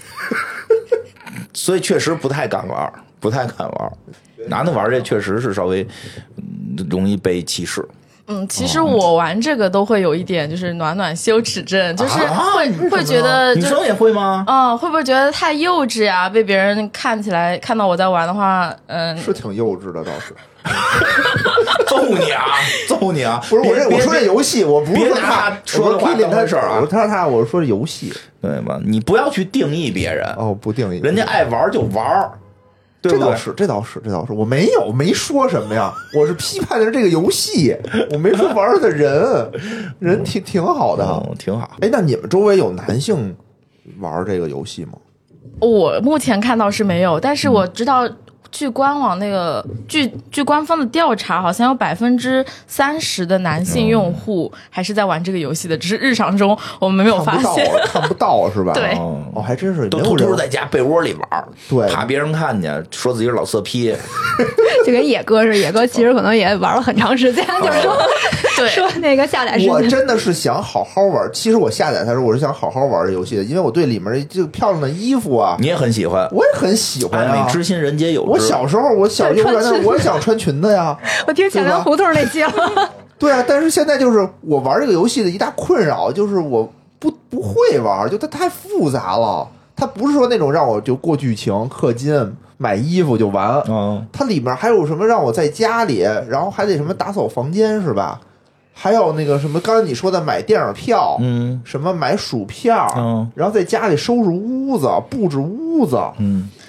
[SPEAKER 1] 所以确实不太敢玩，不太敢玩。男的玩这确实是稍微容易被歧视。
[SPEAKER 4] 嗯，其实我玩这个都会有一点就是暖暖羞耻症，就是会、
[SPEAKER 1] 啊、
[SPEAKER 4] 会觉得
[SPEAKER 1] 女生也会吗？
[SPEAKER 4] 嗯，会不会觉得太幼稚呀？被别人看起来看到我在玩的话，嗯，
[SPEAKER 2] 是挺幼稚的倒是。
[SPEAKER 1] 揍你啊！揍你啊！
[SPEAKER 2] 不是我这我说这游戏，我不是说
[SPEAKER 1] 他说的话当回事啊。
[SPEAKER 2] 我他他我说这游戏，
[SPEAKER 1] 对吧？你不要去定义别人
[SPEAKER 2] 哦，不定义，
[SPEAKER 1] 人家爱玩就玩。对
[SPEAKER 2] 这倒是，这倒是，这倒是，我没有没说什么呀，我是批判的是这个游戏，我没说玩的人，人挺挺好的，
[SPEAKER 1] 嗯，挺好。
[SPEAKER 2] 哎，那你们周围有男性玩这个游戏吗？
[SPEAKER 4] 我目前看到是没有，但是我知道。据官网那个据据官方的调查，好像有百分之三十的男性用户还是在玩这个游戏的，只是日常中我们没有发现，
[SPEAKER 2] 看不到是吧？
[SPEAKER 4] 对，
[SPEAKER 2] 哦，还真是
[SPEAKER 1] 都偷偷在家被窝里玩，
[SPEAKER 2] 对，
[SPEAKER 1] 怕别人看见，说自己是老色批，
[SPEAKER 3] 就跟野哥似的，野哥其实可能也玩了很长时间，就是说，
[SPEAKER 4] 对，
[SPEAKER 3] 说那个下载时间，
[SPEAKER 2] 我真的是想好好玩。其实我下载它时候，我是想好好玩这游戏的，因为我对里面这个漂亮的衣服啊，
[SPEAKER 1] 你也很喜欢，
[SPEAKER 2] 我也很喜欢啊。
[SPEAKER 1] 爱美之心，人皆有之。
[SPEAKER 2] 我小时候，我小幼儿园，我也想穿裙子呀。
[SPEAKER 3] 我听小梁胡同那期了。
[SPEAKER 2] 对啊，但是现在就是我玩这个游戏的一大困扰，就是我不不会玩，就它太复杂了。它不是说那种让我就过剧情、氪金、买衣服就完。
[SPEAKER 1] 嗯，
[SPEAKER 2] 它里面还有什么让我在家里，然后还得什么打扫房间是吧？还有那个什么，刚才你说的买电影票，
[SPEAKER 1] 嗯，
[SPEAKER 2] 什么买薯片，
[SPEAKER 1] 嗯，
[SPEAKER 2] 然后在家里收拾屋子、布置屋子，
[SPEAKER 1] 嗯，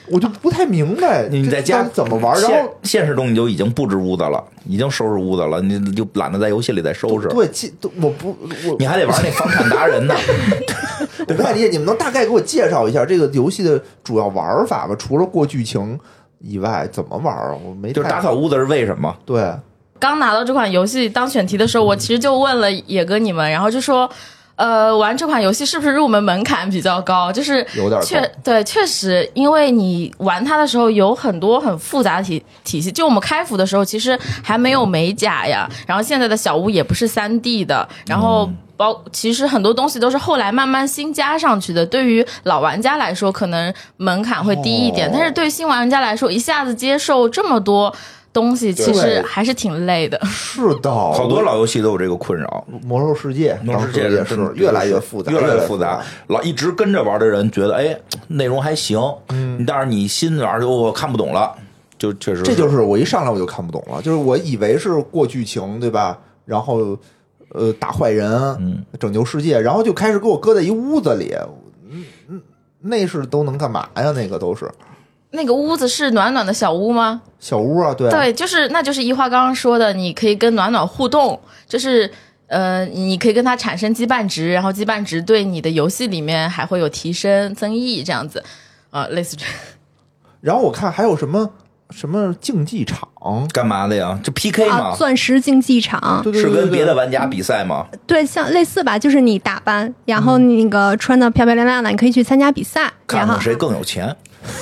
[SPEAKER 2] 我就不太明白
[SPEAKER 1] 你在家
[SPEAKER 2] 怎么玩。然后
[SPEAKER 1] 现实中你就已经布置屋子了，已经收拾屋子了，你就懒得在游戏里再收拾。
[SPEAKER 2] 对，我不我
[SPEAKER 1] 你还得玩那房产达人呢。
[SPEAKER 2] 对吧？你你们能大概给我介绍一下这个游戏的主要玩法吗？除了过剧情以外，怎么玩啊？我没
[SPEAKER 1] 就是打扫屋子是为什么？
[SPEAKER 2] 对，
[SPEAKER 4] 刚拿到这款游戏当选题的时候，我其实就问了野哥你们，然后就说。呃，玩这款游戏是不是入门门槛比较高？就是
[SPEAKER 2] 有点
[SPEAKER 4] 确对，确实，因为你玩它的时候有很多很复杂的体体系。就我们开服的时候，其实还没有美甲呀，然后现在的小屋也不是三 D 的，然后包其实很多东西都是后来慢慢新加上去的。对于老玩家来说，可能门槛会低一点，
[SPEAKER 2] 哦、
[SPEAKER 4] 但是对于新玩家来说，一下子接受这么多。东西其实还是挺累的，
[SPEAKER 2] 是的，
[SPEAKER 1] 好多老游戏都有这个困扰。
[SPEAKER 2] 魔兽世界，
[SPEAKER 1] 魔兽世界
[SPEAKER 2] 也是越来越复杂，
[SPEAKER 1] 越来越复杂。老一直跟着玩的人觉得，哎，内容还行，嗯，但是你新玩就我看不懂了，就确实，
[SPEAKER 2] 这就是我一上来我就看不懂了，就是我以为是过剧情，对吧？然后呃打坏人，嗯，拯救世界，然后就开始给我搁在一屋子里，嗯嗯，那是都能干嘛呀？那个都是。
[SPEAKER 4] 那个屋子是暖暖的小屋吗？
[SPEAKER 2] 小屋啊，对
[SPEAKER 4] 对，就是那就是一花刚刚说的，你可以跟暖暖互动，就是呃，你可以跟它产生羁绊值，然后羁绊值对你的游戏里面还会有提升增益这样子，啊、呃，类似这样。
[SPEAKER 2] 然后我看还有什么什么竞技场
[SPEAKER 1] 干嘛的呀？这 P K 吗？
[SPEAKER 3] 啊，钻石竞技场
[SPEAKER 2] 对对对对对
[SPEAKER 1] 是跟别的玩家比赛吗？
[SPEAKER 3] 对，像类似吧，就是你打扮，然后那个穿的漂漂亮亮的，你可以去参加比赛，
[SPEAKER 1] 看看谁更有钱。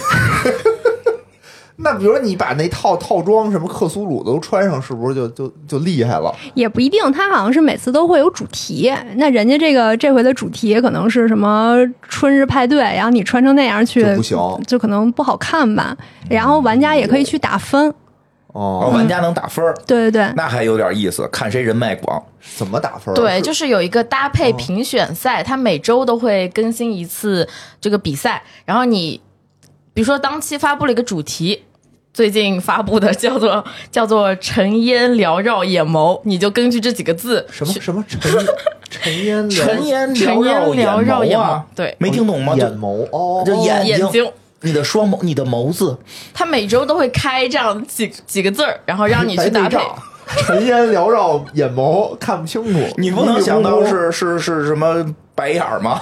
[SPEAKER 2] 那比如说你把那套套装什么克苏鲁都穿上，是不是就就就厉害了？
[SPEAKER 3] 也不一定，它好像是每次都会有主题。那人家这个这回的主题可能是什么春日派对，然后你穿成那样去
[SPEAKER 2] 就不行，
[SPEAKER 3] 就可能不好看吧。然后玩家也可以去打分。
[SPEAKER 2] 哦，
[SPEAKER 1] 玩家能打分、嗯、
[SPEAKER 3] 对对对，
[SPEAKER 1] 那还有点意思，看谁人脉广。
[SPEAKER 2] 怎么打分？
[SPEAKER 4] 对，就是有一个搭配评选赛，哦、它每周都会更新一次这个比赛，然后你比如说当期发布了一个主题。最近发布的叫做叫做尘烟缭绕眼眸，你就根据这几个字
[SPEAKER 2] 什么什么尘尘烟
[SPEAKER 1] 尘烟
[SPEAKER 4] 尘烟缭绕眼眸，对，
[SPEAKER 1] 没听懂吗？
[SPEAKER 2] 眼眸哦，
[SPEAKER 1] 就眼睛，
[SPEAKER 4] 眼睛，
[SPEAKER 1] 你的双眸，你的眸子，
[SPEAKER 4] 他每周都会开这样几几个字儿，然后让你去搭配。
[SPEAKER 2] 尘烟缭绕眼眸，看不清楚，
[SPEAKER 1] 你不能想到是是是什么白眼吗？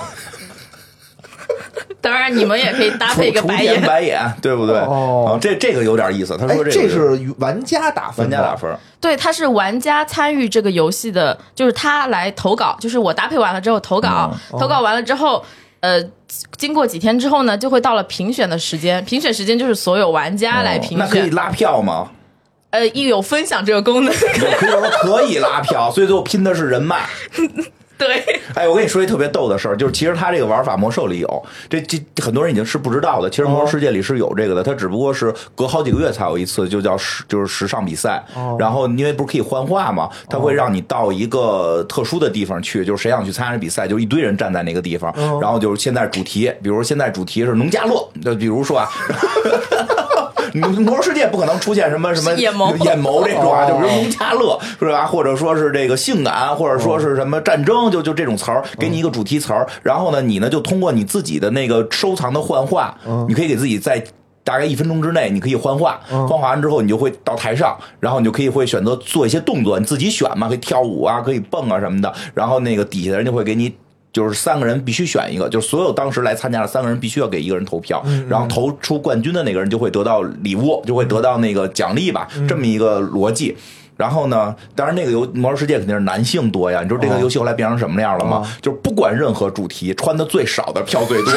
[SPEAKER 4] 当然，你们也可以搭配一个白眼，
[SPEAKER 1] 白眼，对不对？
[SPEAKER 2] 哦，
[SPEAKER 1] 啊、这这个有点意思。他说这个、
[SPEAKER 2] 哎、这是玩家打分，
[SPEAKER 1] 玩家打分。
[SPEAKER 4] 对，他是玩家参与这个游戏的，就是他来投稿，就是我搭配完了之后投稿，嗯、投稿完了之后，呃，经过几天之后呢，就会到了评选的时间。评选时间就是所有玩家来评选。
[SPEAKER 1] 哦、那可以拉票吗？
[SPEAKER 4] 呃，一有分享这个功能，
[SPEAKER 1] 可以说可以拉票，所以最后拼的是人脉。
[SPEAKER 4] 对，
[SPEAKER 1] 哎，我跟你说一特别逗的事儿，就是其实他这个玩法魔兽里有，这这很多人已经是不知道的。其实魔兽世界里是有这个的，它只不过是隔好几个月才有一次，就叫时就是时尚比赛。哦、然后因为不是可以幻化嘛，它会让你到一个特殊的地方去，就是谁想去参加比赛，就一堆人站在那个地方。哦、然后就是现在主题，比如现在主题是农家乐，就比如说啊。魔兽世界不可能出现什么什么
[SPEAKER 4] 眼眸
[SPEAKER 1] 眼眸这种啊，就比如农家乐是吧？或者说是这个性感，或者说是什么战争，就就这种词儿，给你一个主题词儿，然后呢，你呢就通过你自己的那个收藏的幻化，你可以给自己在大概一分钟之内，你可以幻化，幻化完之后，你就会到台上，然后你就可以会选择做一些动作，你自己选嘛，可以跳舞啊，可以蹦啊什么的，然后那个底下的人就会给你。就是三个人必须选一个，就是所有当时来参加的三个人必须要给一个人投票，嗯、然后投出冠军的那个人就会得到礼物，就会得到那个奖励吧，嗯、这么一个逻辑。然后呢，当然那个游魔兽世界肯定是男性多呀，你知道这个游戏后来变成什么样了吗？哦、就是不管任何主题，穿的最少的票最多。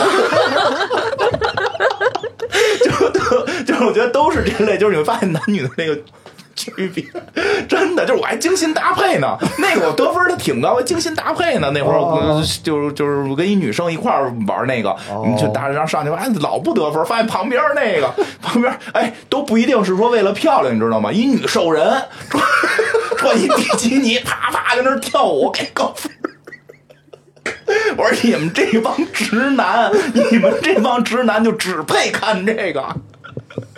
[SPEAKER 1] 就就是我觉得都是这类，就是你会发现男女的那个。区别真的就是我还精心搭配呢，那个我得分的挺高，精心搭配呢。那会儿我就就是我跟一女生一块玩那个，你就打上上去，哎，老不得分，发现旁边那个旁边哎都不一定是说为了漂亮，你知道吗？一女兽人穿穿一比基尼，啪啪跟那跳舞，给高分。我说你们这帮直男，你们这帮直男就只配看这个。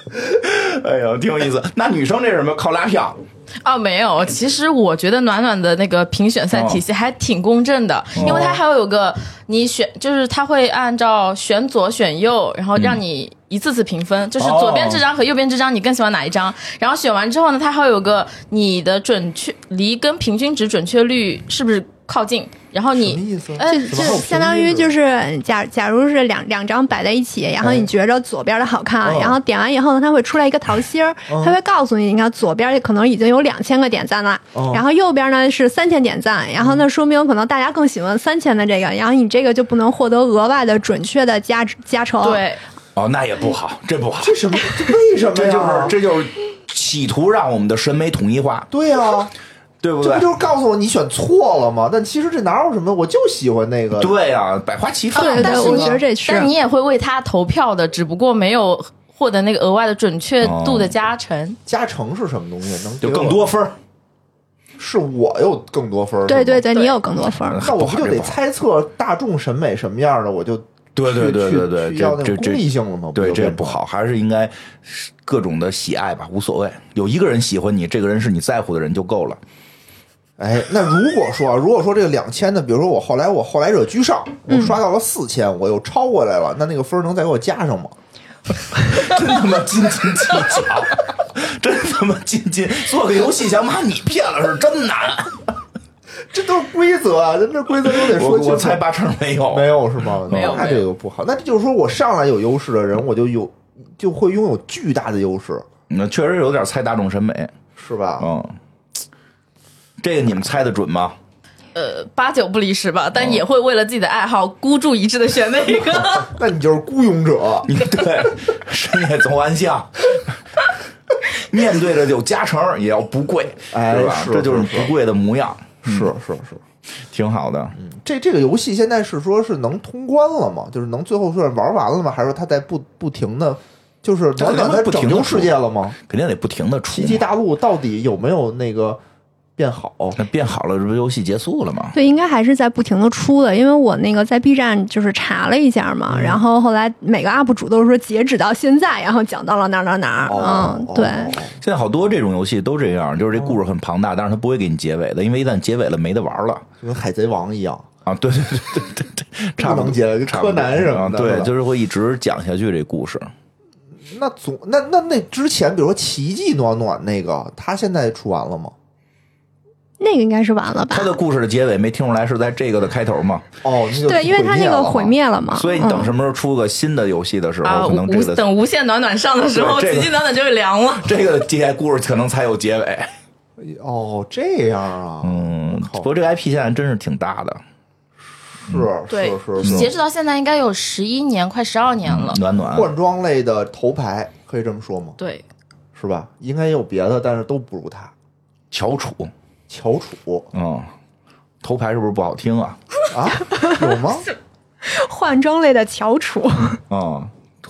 [SPEAKER 1] 哎呀，挺有意思。那女生这是什么？靠拉票？
[SPEAKER 4] 哦，没有，其实我觉得暖暖的那个评选赛体系还挺公正的，哦、因为它还有个你选，就是它会按照选左选右，然后让你一次次评分，嗯、就是左边这张和右边这张你更喜欢哪一张，然后选完之后呢，它还有个你的准确离跟平均值准确率是不是靠近，然后你
[SPEAKER 2] 什么意思？
[SPEAKER 3] 呃，就相当于就是假假如是两两张摆在一起，然后你觉着左边的好看，
[SPEAKER 2] 哎、
[SPEAKER 3] 然后点完以后呢，它会出来一个桃心儿，嗯、它会告诉你，你看左边可能已经有两千个点赞了，嗯、然后右边呢是三千点赞，然后那说明可能大家更喜欢三千的这个，然后你这个就不能获得额外的准确的加加成。
[SPEAKER 4] 对，
[SPEAKER 1] 哦，那也不好，这不好。
[SPEAKER 2] 这什么？这为什么
[SPEAKER 1] 呀？这就是这就是企图让我们的审美统一化。
[SPEAKER 2] 对呀、啊。
[SPEAKER 1] 对不对？
[SPEAKER 2] 这不就是告诉我你选错了吗？但其实这哪有什么，我就喜欢那个。
[SPEAKER 1] 对呀、啊，百花齐放。
[SPEAKER 3] 对，
[SPEAKER 4] 但是
[SPEAKER 3] 我觉得这是，
[SPEAKER 4] 但你也会为他投票的，只不过没有获得那个额外的准确度的加成。
[SPEAKER 2] 哦、加成是什么东西？能
[SPEAKER 1] 就更多分儿？
[SPEAKER 2] 是我有更多分儿？
[SPEAKER 3] 对对对，你有更多分儿。
[SPEAKER 2] 那我不就得猜测大众审美什么样的，我就
[SPEAKER 1] 对对对对对，
[SPEAKER 2] 要那种公益性了吗？
[SPEAKER 1] 对，这不好，还是应该各种的喜爱吧，无所谓。有一个人喜欢你，这个人是你在乎的人就够了。
[SPEAKER 2] 哎，那如果说，如果说这个两千的，比如说我后来我后来者居上，我刷到了四千、嗯，我又超过来了，那那个分能再给我加上吗？
[SPEAKER 1] 真他妈斤斤计较，真他妈斤斤。做个游戏想把你骗了是真难，
[SPEAKER 2] 这都是规则啊，人这规则都得说清楚。
[SPEAKER 1] 我, 我猜八成没有，
[SPEAKER 2] 没有是吗？
[SPEAKER 4] 没有，
[SPEAKER 2] 那这个不好。那就是说我上来有优势的人，我就有就会拥有巨大的优势。
[SPEAKER 1] 那确实有点猜大众审美，
[SPEAKER 2] 是吧？
[SPEAKER 1] 嗯。这个你们猜得准吗？
[SPEAKER 4] 呃，八九不离十吧，但也会为了自己的爱好孤注一掷的选那一个。
[SPEAKER 2] 那你就是孤勇者，
[SPEAKER 1] 你对，深夜走暗巷，面对着有加成也要不跪，
[SPEAKER 2] 哎，
[SPEAKER 1] 是吧？
[SPEAKER 2] 是
[SPEAKER 1] 这就是不跪的模样，
[SPEAKER 2] 是是是，
[SPEAKER 1] 挺好的。
[SPEAKER 2] 嗯，这这个游戏现在是说是能通关了吗？就是能最后算玩完了吗？还是说它在不不停的？就是暖暖在拯救世界了吗？
[SPEAKER 1] 肯定得不停的出。
[SPEAKER 2] 奇迹大陆到底有没有那个？变好，
[SPEAKER 1] 那变好了，这不游戏结束了吗？
[SPEAKER 3] 对，应该还是在不停的出的，因为我那个在 B 站就是查了一下嘛，嗯、然后后来每个 U P 主都是说截止到现在，然后讲到了哪哪哪，
[SPEAKER 2] 哦、
[SPEAKER 3] 嗯，对。
[SPEAKER 1] 现在好多这种游戏都这样，就是这故事很庞大，但是它不会给你结尾的，因为一旦结尾了没得玩了，
[SPEAKER 2] 就跟海贼王一样
[SPEAKER 1] 啊，对对对对对对，差不
[SPEAKER 2] 能结尾，柯南什么的，
[SPEAKER 1] 对，就是会一直讲下去这故事。
[SPEAKER 2] 那总那那那之前，比如说奇迹暖暖那个，他现在出完了吗？
[SPEAKER 3] 那个应该是完了吧？
[SPEAKER 1] 他的故事的结尾没听出来是在这个的开头吗？
[SPEAKER 2] 哦，
[SPEAKER 3] 对，因为他那个毁灭了嘛。
[SPEAKER 1] 所以你等什么时候出个新的游戏的时候，
[SPEAKER 4] 啊、
[SPEAKER 1] 可能这个
[SPEAKER 4] 等无限暖暖上的时候，
[SPEAKER 1] 这个、
[SPEAKER 4] 奇迹暖暖就会凉了。
[SPEAKER 1] 这个接下来故事可能才有结尾。
[SPEAKER 2] 哦，这样啊。
[SPEAKER 1] 嗯，不过这个 I P 现在真是挺大的。
[SPEAKER 2] 是，
[SPEAKER 4] 对，
[SPEAKER 2] 是是。
[SPEAKER 4] 截止到现在应该有十一年，快十二年了。
[SPEAKER 1] 嗯、暖暖
[SPEAKER 2] 换装类的头牌可以这么说吗？
[SPEAKER 4] 对，
[SPEAKER 2] 是吧？应该也有别的，但是都不如他。
[SPEAKER 1] 翘楚。
[SPEAKER 2] 翘楚，
[SPEAKER 1] 嗯，头牌是不是不好听啊？
[SPEAKER 2] 啊，有吗？
[SPEAKER 3] 换装类的翘楚，
[SPEAKER 1] 嗯，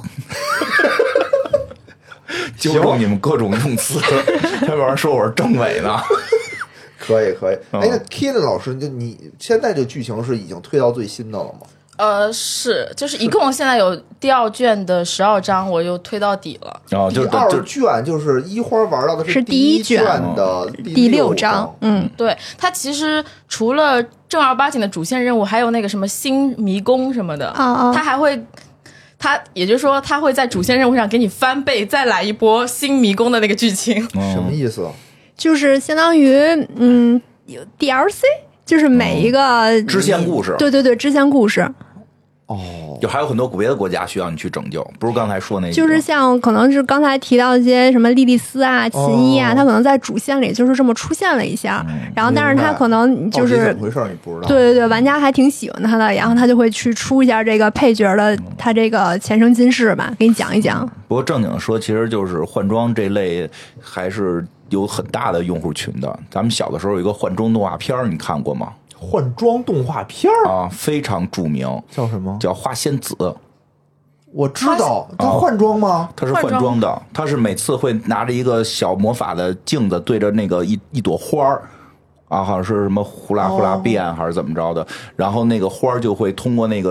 [SPEAKER 1] 纠正你们各种用词，要不然说我是政委呢。
[SPEAKER 2] 可以可以，
[SPEAKER 1] 嗯、
[SPEAKER 2] 哎，那 Keenan 老师，就你现在这剧情是已经推到最新的了吗？
[SPEAKER 4] 呃，是，就是一共现在有第二卷的十二章，我又推到底了。
[SPEAKER 1] 哦，就
[SPEAKER 2] 第二卷就是一花玩到的
[SPEAKER 3] 是
[SPEAKER 2] 第一卷的
[SPEAKER 3] 第六章。嗯，
[SPEAKER 4] 对，它其实除了正儿八经的主线任务，还有那个什么新迷宫什么的，
[SPEAKER 3] 啊、
[SPEAKER 4] 它还会，它也就是说，它会在主线任务上给你翻倍，再来一波新迷宫的那个剧情。
[SPEAKER 1] 嗯、
[SPEAKER 2] 什么意思？
[SPEAKER 3] 就是相当于嗯，有 D L C， 就是每一个、
[SPEAKER 1] 嗯、支线故事。
[SPEAKER 3] 对对对，支线故事。
[SPEAKER 2] 哦，
[SPEAKER 1] 就还有很多别的国家需要你去拯救，不是刚才说那，
[SPEAKER 3] 就是像可能是刚才提到一些什么莉莉丝啊、秦伊啊，他、哦、可能在主线里就是这么出现了一下，嗯、然后但是他可能就是
[SPEAKER 2] 怎么回事你不知道？
[SPEAKER 3] 对对对，玩家还挺喜欢他的，然后他就会去出一下这个配角的他这个前生今世吧，给你讲一讲。
[SPEAKER 1] 不过正经的说，其实就是换装这类还是有很大的用户群的。咱们小的时候有一个换装动画片，你看过吗？
[SPEAKER 2] 换装动画片
[SPEAKER 1] 啊，非常著名，
[SPEAKER 2] 叫什么？
[SPEAKER 1] 叫花仙子。
[SPEAKER 2] 我知道，它换装吗？
[SPEAKER 1] 它是换装的，它是每次会拿着一个小魔法的镜子对着那个一一朵花儿啊，好像是什么呼啦呼啦变、哦、还是怎么着的，然后那个花儿就会通过那个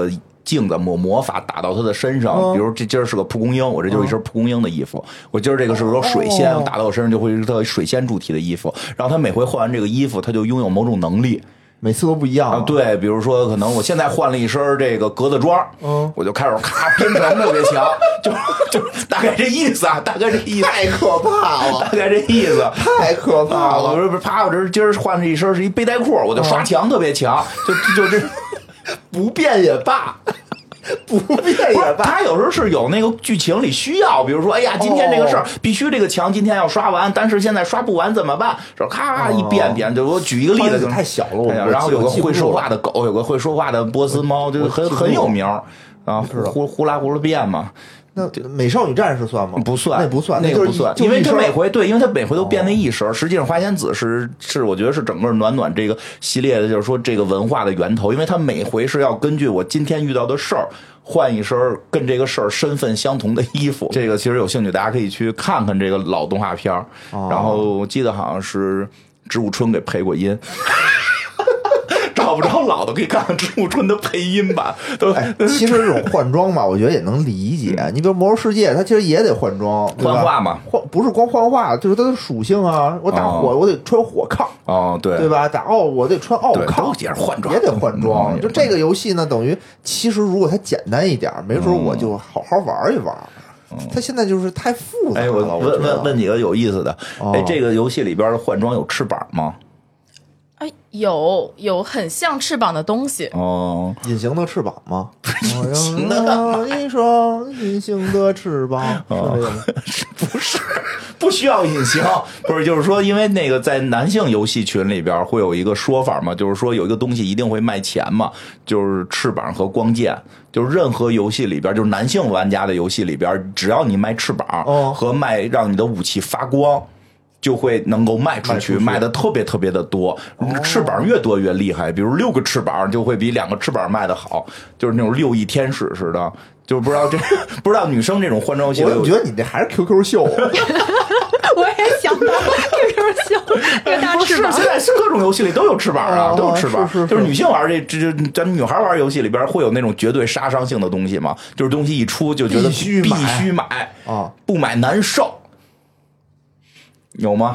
[SPEAKER 1] 镜子抹魔法打到他的身上，
[SPEAKER 2] 嗯、
[SPEAKER 1] 比如这今儿是个蒲公英，我这就是一身蒲公英的衣服；嗯、我今儿这个是个水仙，
[SPEAKER 2] 哦、
[SPEAKER 1] 打到我身上就会是个水仙主题的衣服。然后他每回换完这个衣服，他就拥有某种能力。
[SPEAKER 2] 每次都不一样啊！
[SPEAKER 1] 对，比如说，可能我现在换了一身这个格子装，嗯，我就开始咔编程特别强，就就大概这意思啊，大概这意思。
[SPEAKER 2] 太可怕了，
[SPEAKER 1] 大概这意思，
[SPEAKER 2] 太可怕了。
[SPEAKER 1] 我说不是，啪，我这今儿换了一身是一背带裤，我就刷墙特别强，就就这
[SPEAKER 2] 不变也罢。不变也罢，
[SPEAKER 1] 他有时候是有那个剧情里需要，比如说，哎呀，今天这个事儿、哦、必须这个墙今天要刷完，但是现在刷不完怎么办？说咔一遍遍，就我举一个例子，就
[SPEAKER 2] 太小了，我、
[SPEAKER 1] 哎、然后有个会说话的狗，有个会说话的波斯猫，就很很有名啊，呼呼啦呼啦变嘛。
[SPEAKER 2] 那美少女战士算吗？
[SPEAKER 1] 不算，
[SPEAKER 2] 那不算，
[SPEAKER 1] 那个不算，
[SPEAKER 2] 就
[SPEAKER 1] 因为他每回对，因为他每回都变那一身。哦、实际上，花仙子是是，我觉得是整个暖暖这个系列的，就是说这个文化的源头，因为他每回是要根据我今天遇到的事儿换一身跟这个事儿身份相同的衣服。这个其实有兴趣，大家可以去看看这个老动画片。哦、然后我记得好像是植物春给配过音。找不着老的可以看看植物春的配音版。都、
[SPEAKER 2] 哎、其实这种换装嘛，我觉得也能理解。你比如魔兽世界，它其实也得换装，
[SPEAKER 1] 幻化嘛，
[SPEAKER 2] 换不是光幻化，就是它的属性啊。我打火，哦、我得穿火抗，
[SPEAKER 1] 哦，对，
[SPEAKER 2] 对吧？打奥，我得穿奥抗，
[SPEAKER 1] 也是换装，
[SPEAKER 2] 也得换装。嗯、就这个游戏呢，等于其实如果它简单一点，没准我就好好玩一玩。嗯、它现在就是太复杂了。
[SPEAKER 1] 哎，我问问问几个有意思的。
[SPEAKER 2] 哦、
[SPEAKER 1] 哎，这个游戏里边的换装有翅膀吗？
[SPEAKER 4] 哎，有有很像翅膀的东西
[SPEAKER 1] 哦，
[SPEAKER 2] 隐形的翅膀吗？
[SPEAKER 1] 隐形的
[SPEAKER 2] 一双隐形的翅膀，
[SPEAKER 1] 哦、是这个吗？不是，不需要隐形，不是，就是说，因为那个在男性游戏群里边会有一个说法嘛，就是说有一个东西一定会卖钱嘛，就是翅膀和光剑，就是任何游戏里边，就是男性玩家的游戏里边，只要你卖翅膀和卖让你的武器发光。就会能够卖出去，卖的特别特别的多。翅膀越多越厉害，比如六个翅膀就会比两个翅膀卖的好，就是那种六翼天使似的。就不知道这不知道女生这种换装游戏，
[SPEAKER 2] 我觉得你这还是 Q Q 秀。
[SPEAKER 3] 我也想到 Q Q 秀，这个大翅膀。
[SPEAKER 1] 现在是各种游戏里都有翅膀啊，
[SPEAKER 2] 哦、
[SPEAKER 1] 都有翅膀。
[SPEAKER 2] 是是是
[SPEAKER 1] 就是女性玩这这咱们女孩玩游戏里边会有那种绝对杀伤性的东西吗？就是东西一出就觉得
[SPEAKER 2] 必须
[SPEAKER 1] 必须买
[SPEAKER 2] 啊，
[SPEAKER 1] 不买难受。有吗？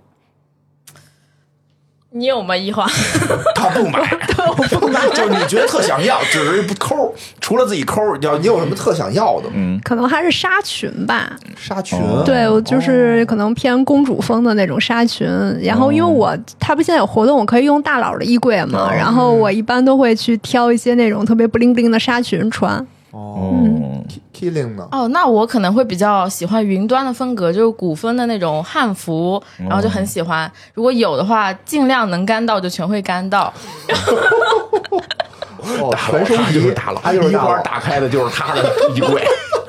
[SPEAKER 4] 你有吗？一华，
[SPEAKER 1] 他不买，
[SPEAKER 3] 我不买，
[SPEAKER 1] 就是你觉得特想要，只是不抠，除了自己抠，要
[SPEAKER 2] 你有什么特想要的？
[SPEAKER 1] 嗯，
[SPEAKER 3] 可能还是纱裙吧，
[SPEAKER 2] 纱裙。
[SPEAKER 1] 哦、
[SPEAKER 3] 对，我就是可能偏公主风的那种纱裙。然后因为我它不现在有活动，我可以用大佬的衣柜嘛，哦、然后我一般都会去挑一些那种特别不灵不灵的纱裙穿。
[SPEAKER 2] 哦，
[SPEAKER 3] 嗯
[SPEAKER 2] ，Killing 呢？
[SPEAKER 4] 哦，那我可能会比较喜欢云端的风格，就是古风的那种汉服，然后就很喜欢。如果有的话，尽量能干到就全会干到。
[SPEAKER 2] 哦，全收集
[SPEAKER 1] 大佬，
[SPEAKER 2] 他就是
[SPEAKER 1] 一会打开的就是他的衣柜。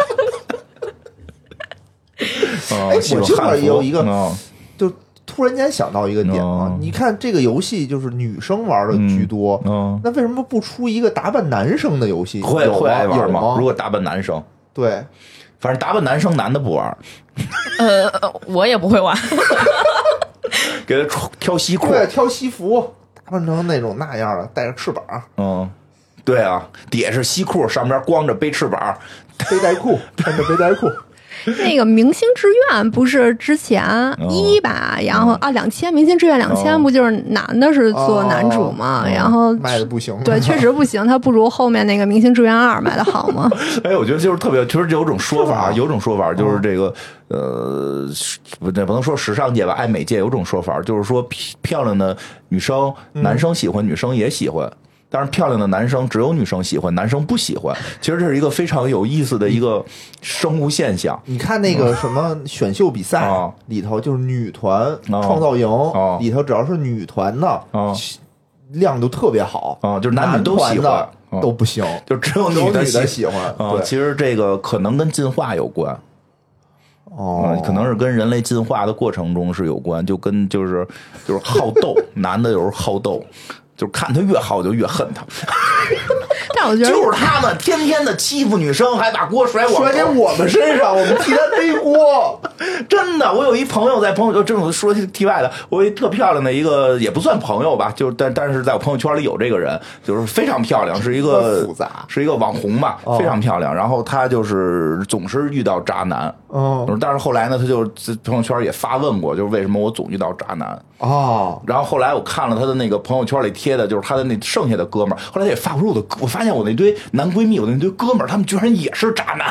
[SPEAKER 2] 哎，我这块也有一个，
[SPEAKER 1] 哦、
[SPEAKER 2] 就。突然间想到一个点啊，
[SPEAKER 1] 嗯、
[SPEAKER 2] 你看这个游戏就是女生玩的居多，
[SPEAKER 1] 嗯嗯、
[SPEAKER 2] 那为什么不出一个打扮男生的游戏？
[SPEAKER 1] 会会爱玩
[SPEAKER 2] 吗？
[SPEAKER 1] 如果打扮男生，
[SPEAKER 2] 对，
[SPEAKER 1] 反正打扮男生男的不玩。
[SPEAKER 4] 呃，我也不会玩。
[SPEAKER 1] 给他挑西裤，
[SPEAKER 2] 对，挑西服，打扮成那种那样的，带着翅膀。
[SPEAKER 1] 嗯，对啊，底下是西裤，上面光着背翅膀，
[SPEAKER 2] 背带裤，穿着背带裤。
[SPEAKER 3] 那个明星志愿不是之前一吧，然后啊两千明星志愿两千不就是男的是做男主嘛，然后
[SPEAKER 2] 卖的不行，
[SPEAKER 3] 对，确实不行，他不如后面那个明星志愿二卖的好吗？
[SPEAKER 1] 哎，我觉得就是特别，其实有种说法，有种说法就是这个呃，不不能说时尚界吧，爱美界有种说法，就是说漂亮的女生，男生喜欢，女生也喜欢。但是漂亮的男生只有女生喜欢，男生不喜欢。其实这是一个非常有意思的一个生物现象。
[SPEAKER 2] 你看那个什么选秀比赛里头，就是女团创造营里头，只要是女团的，量就特别好
[SPEAKER 1] 啊，就是男女都喜欢，
[SPEAKER 2] 都不行，
[SPEAKER 1] 就只有女的
[SPEAKER 2] 喜欢。
[SPEAKER 1] 啊，其实这个可能跟进化有关。
[SPEAKER 2] 哦，
[SPEAKER 1] 可能是跟人类进化的过程中是有关，就跟就是就是好斗，男的有时候好斗。就是看他越好，就越恨他。
[SPEAKER 3] 但我觉得
[SPEAKER 1] 就是他们天天的欺负女生，还把锅甩我
[SPEAKER 2] 甩给我们身上，我们替他背锅。
[SPEAKER 1] 真的，我有一朋友在朋友，就这种说题外的，我有一特漂亮的一个，也不算朋友吧，就但但是在我朋友圈里有这个人，就是非常漂亮，是一个
[SPEAKER 2] 复杂，
[SPEAKER 1] 是一个网红吧，
[SPEAKER 2] 哦、
[SPEAKER 1] 非常漂亮。然后他就是总是遇到渣男，
[SPEAKER 2] 哦，
[SPEAKER 1] 但是后来呢，他就朋友圈也发问过，就是为什么我总遇到渣男。
[SPEAKER 2] 哦，
[SPEAKER 1] 然后后来我看了他的那个朋友圈里贴的，就是他的那剩下的哥们儿。后来他也发，我说我的，我发现我那堆男闺蜜，我那堆哥们儿，他们居然也是渣男。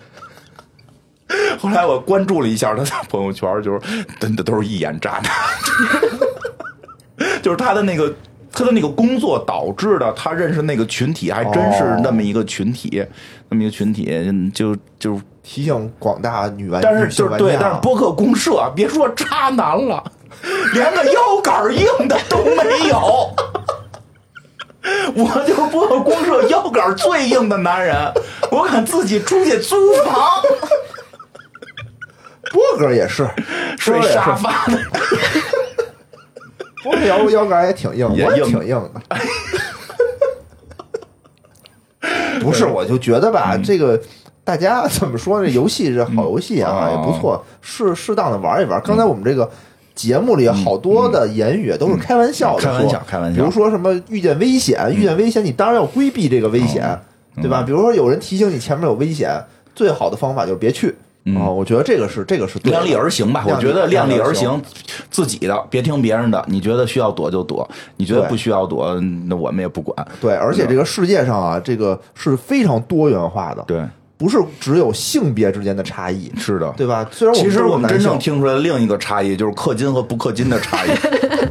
[SPEAKER 1] 后来我关注了一下他的朋友圈，就是真的都是一眼渣男，就是他的那个他的那个工作导致的，他认识那个群体还真是那么一个群体，哦、那么一个群体，就就
[SPEAKER 2] 提醒广大女玩，
[SPEAKER 1] 但是就是对，但是播客公社别说渣男了，连个腰杆硬的都没有。我就是播客公社腰杆最硬的男人，我敢自己出去租房。
[SPEAKER 2] 波哥也是
[SPEAKER 1] 睡沙发的，
[SPEAKER 2] 波哥腰腰杆也挺硬，
[SPEAKER 1] 也
[SPEAKER 2] 我也挺硬的。不是，我就觉得吧，嗯、这个大家怎么说呢？游戏是好游戏啊，嗯、也不错，适适当的玩一玩。刚才我们这个节目里好多的言语都是开玩笑的，
[SPEAKER 1] 开玩笑，开玩笑。
[SPEAKER 2] 比如说什么遇见危险，遇见危险，你当然要规避这个危险，对吧？比如说有人提醒你前面有危险，最好的方法就是别去。啊、哦，我觉得这个是这个是
[SPEAKER 1] 量力而行吧。我觉得量力而行，自己的别听别人的。你觉得需要躲就躲，你觉得不需要躲，那我们也不管。
[SPEAKER 2] 对，而且这个世界上啊，这个是非常多元化的。
[SPEAKER 1] 对，
[SPEAKER 2] 不是只有性别之间的差异。
[SPEAKER 1] 是的，
[SPEAKER 2] 对吧？虽然我们
[SPEAKER 1] 其实我们真正听出来另一个差异，就是氪金和不氪金的差异。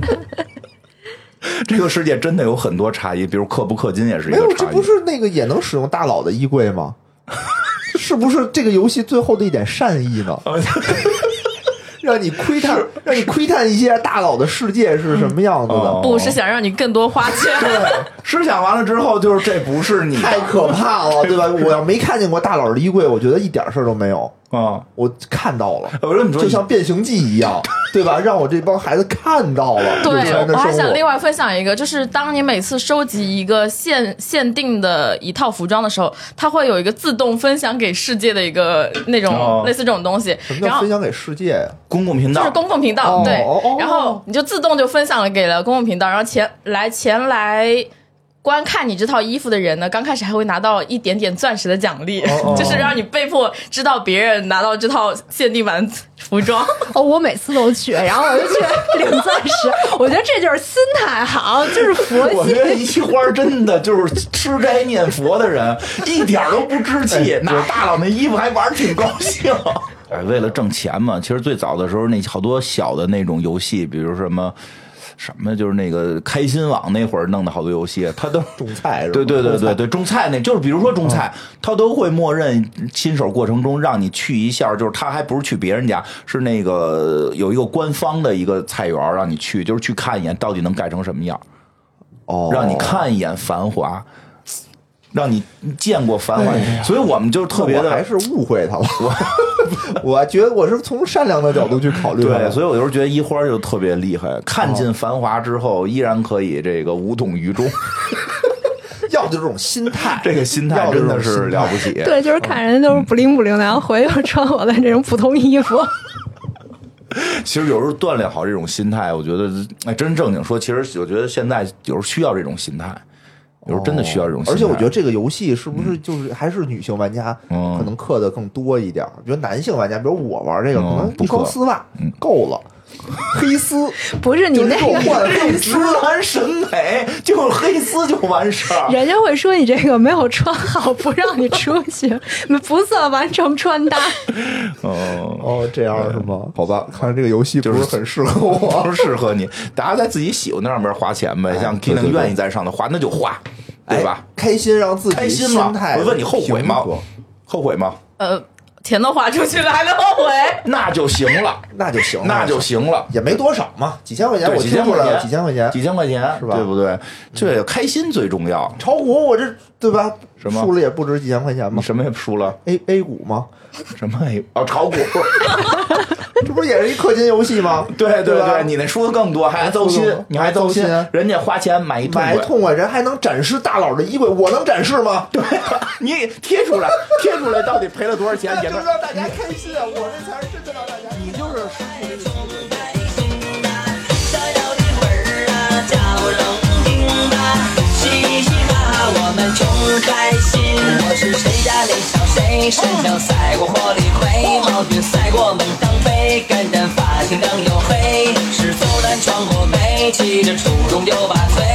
[SPEAKER 1] 这个世界真的有很多差异，比如氪不氪金也是一个差异。
[SPEAKER 2] 没有，这不是那个也能使用大佬的衣柜吗？是不是这个游戏最后的一点善意呢？让你窥探，让你窥探一些大佬的世界是什么样子的？
[SPEAKER 1] 哦、
[SPEAKER 4] 不是想让你更多花钱。
[SPEAKER 2] 对，
[SPEAKER 1] 思想完了之后，就是这不是你，
[SPEAKER 2] 太可怕了，对吧？我要没看见过大佬的衣柜，我觉得一点事儿都没有。
[SPEAKER 1] 啊、
[SPEAKER 2] 嗯，我看到了，
[SPEAKER 1] 我说你说
[SPEAKER 2] 就像变形记一样，对吧？让我这帮孩子看到了。
[SPEAKER 4] 对，我还想另外分享一个，就是当你每次收集一个限限定的一套服装的时候，它会有一个自动分享给世界的一个那种、哦、类似这种东西。
[SPEAKER 2] 什么叫分享给世界呀？
[SPEAKER 1] 公共频道
[SPEAKER 4] 就是公共频道，
[SPEAKER 2] 哦、
[SPEAKER 4] 对、
[SPEAKER 2] 哦哦，
[SPEAKER 4] 然后你就自动就分享了给了公共频道，然后前来前来。观看你这套衣服的人呢，刚开始还会拿到一点点钻石的奖励，哦、就是让你被迫知道别人拿到这套限定版服装。
[SPEAKER 3] 哦，我每次都去，然后我就去领钻石。我觉得这就是心态好，就是佛系。
[SPEAKER 1] 我觉得一花真的就是吃斋念佛的人，一点都不知气，哎、拿大佬那衣服还玩挺高兴。哎，为了挣钱嘛，其实最早的时候那好多小的那种游戏，比如什么。什么就是那个开心网那会儿弄的好多游戏，他都
[SPEAKER 2] 种菜是吧？
[SPEAKER 1] 对对对对对，种菜那就是比如说种菜，他都会默认新手过程中让你去一下，就是他还不是去别人家，是那个有一个官方的一个菜园让你去，就是去看一眼到底能盖成什么样，
[SPEAKER 2] 哦，
[SPEAKER 1] 让你看一眼繁华。让你见过繁华，哎、所以我们就特别的
[SPEAKER 2] 还是误会他了。我我觉得我是从善良的角度去考虑，
[SPEAKER 1] 对，所以我有时候觉得一花就特别厉害，看尽繁华之后，依然可以这个无动于衷。
[SPEAKER 2] 要的这种心态，
[SPEAKER 1] 这个心态真的是了不起。
[SPEAKER 3] 对，就是看人都是不灵不灵的，然后回去穿我的这种普通衣服。
[SPEAKER 1] 其实有时候锻炼好这种心态，我觉得哎，真正经说，其实我觉得现在有时候需要这种心态。有时候真的需要这种心态、哦，
[SPEAKER 2] 而且我觉得这个游戏是不是就是还是女性玩家可能氪的更多一点？我觉得男性玩家，比如我玩这个，可能一双丝袜够了。黑丝
[SPEAKER 3] 不是你那个
[SPEAKER 2] 换黑丝
[SPEAKER 1] 直男审美，就是黑丝就完事儿。
[SPEAKER 3] 人家会说你这个没有穿好，不让你出去，不算完成穿搭。
[SPEAKER 1] 哦
[SPEAKER 2] 哦，这样是吗？好吧，看来这个游戏不是很适合我，
[SPEAKER 1] 不适合你。大家在自己喜欢的上面花钱呗，像 K 能愿意在上头花，那就花，对吧？
[SPEAKER 2] 开心让自己
[SPEAKER 1] 开心
[SPEAKER 2] 心态。
[SPEAKER 1] 我问你后悔吗？后悔吗？
[SPEAKER 4] 呃。钱都花出去了，还能后悔？
[SPEAKER 1] 那就行了，
[SPEAKER 2] 那就行了，
[SPEAKER 1] 那就行了，
[SPEAKER 2] 也没多少嘛，几千块钱，我
[SPEAKER 1] 几千块钱，
[SPEAKER 2] 几千块钱，
[SPEAKER 1] 几千块钱，
[SPEAKER 2] 是吧？
[SPEAKER 1] 对不对？这开心最重要。
[SPEAKER 2] 炒股我这对吧？
[SPEAKER 1] 什么
[SPEAKER 2] 输了也不值几千块钱吗？
[SPEAKER 1] 你什么也输了
[SPEAKER 2] ？A A 股吗？
[SPEAKER 1] 什么 A？ 哦，炒股。
[SPEAKER 2] 这不是也是一氪金游戏吗？
[SPEAKER 1] 对对
[SPEAKER 2] 对，
[SPEAKER 1] 你那输的更多，还糟心，你还糟心，人家花钱买一
[SPEAKER 2] 买一痛快，人还能展示大佬的衣柜，我能展示吗？
[SPEAKER 1] 对，你贴出来，贴出来到底赔了多少钱，也能
[SPEAKER 2] 让大家开心啊！我这才是真的让大家，
[SPEAKER 1] 你就是失去了一个机会。
[SPEAKER 5] 逍遥的魂儿啊，叫冷静吧，嘻嘻哈哈，我们穷开心。我是谁家里小谁，身上赛过火力灰，毛盾赛过门当飞，跟人法庭灯又黑，是走南闯过北，骑着初中就把嘴。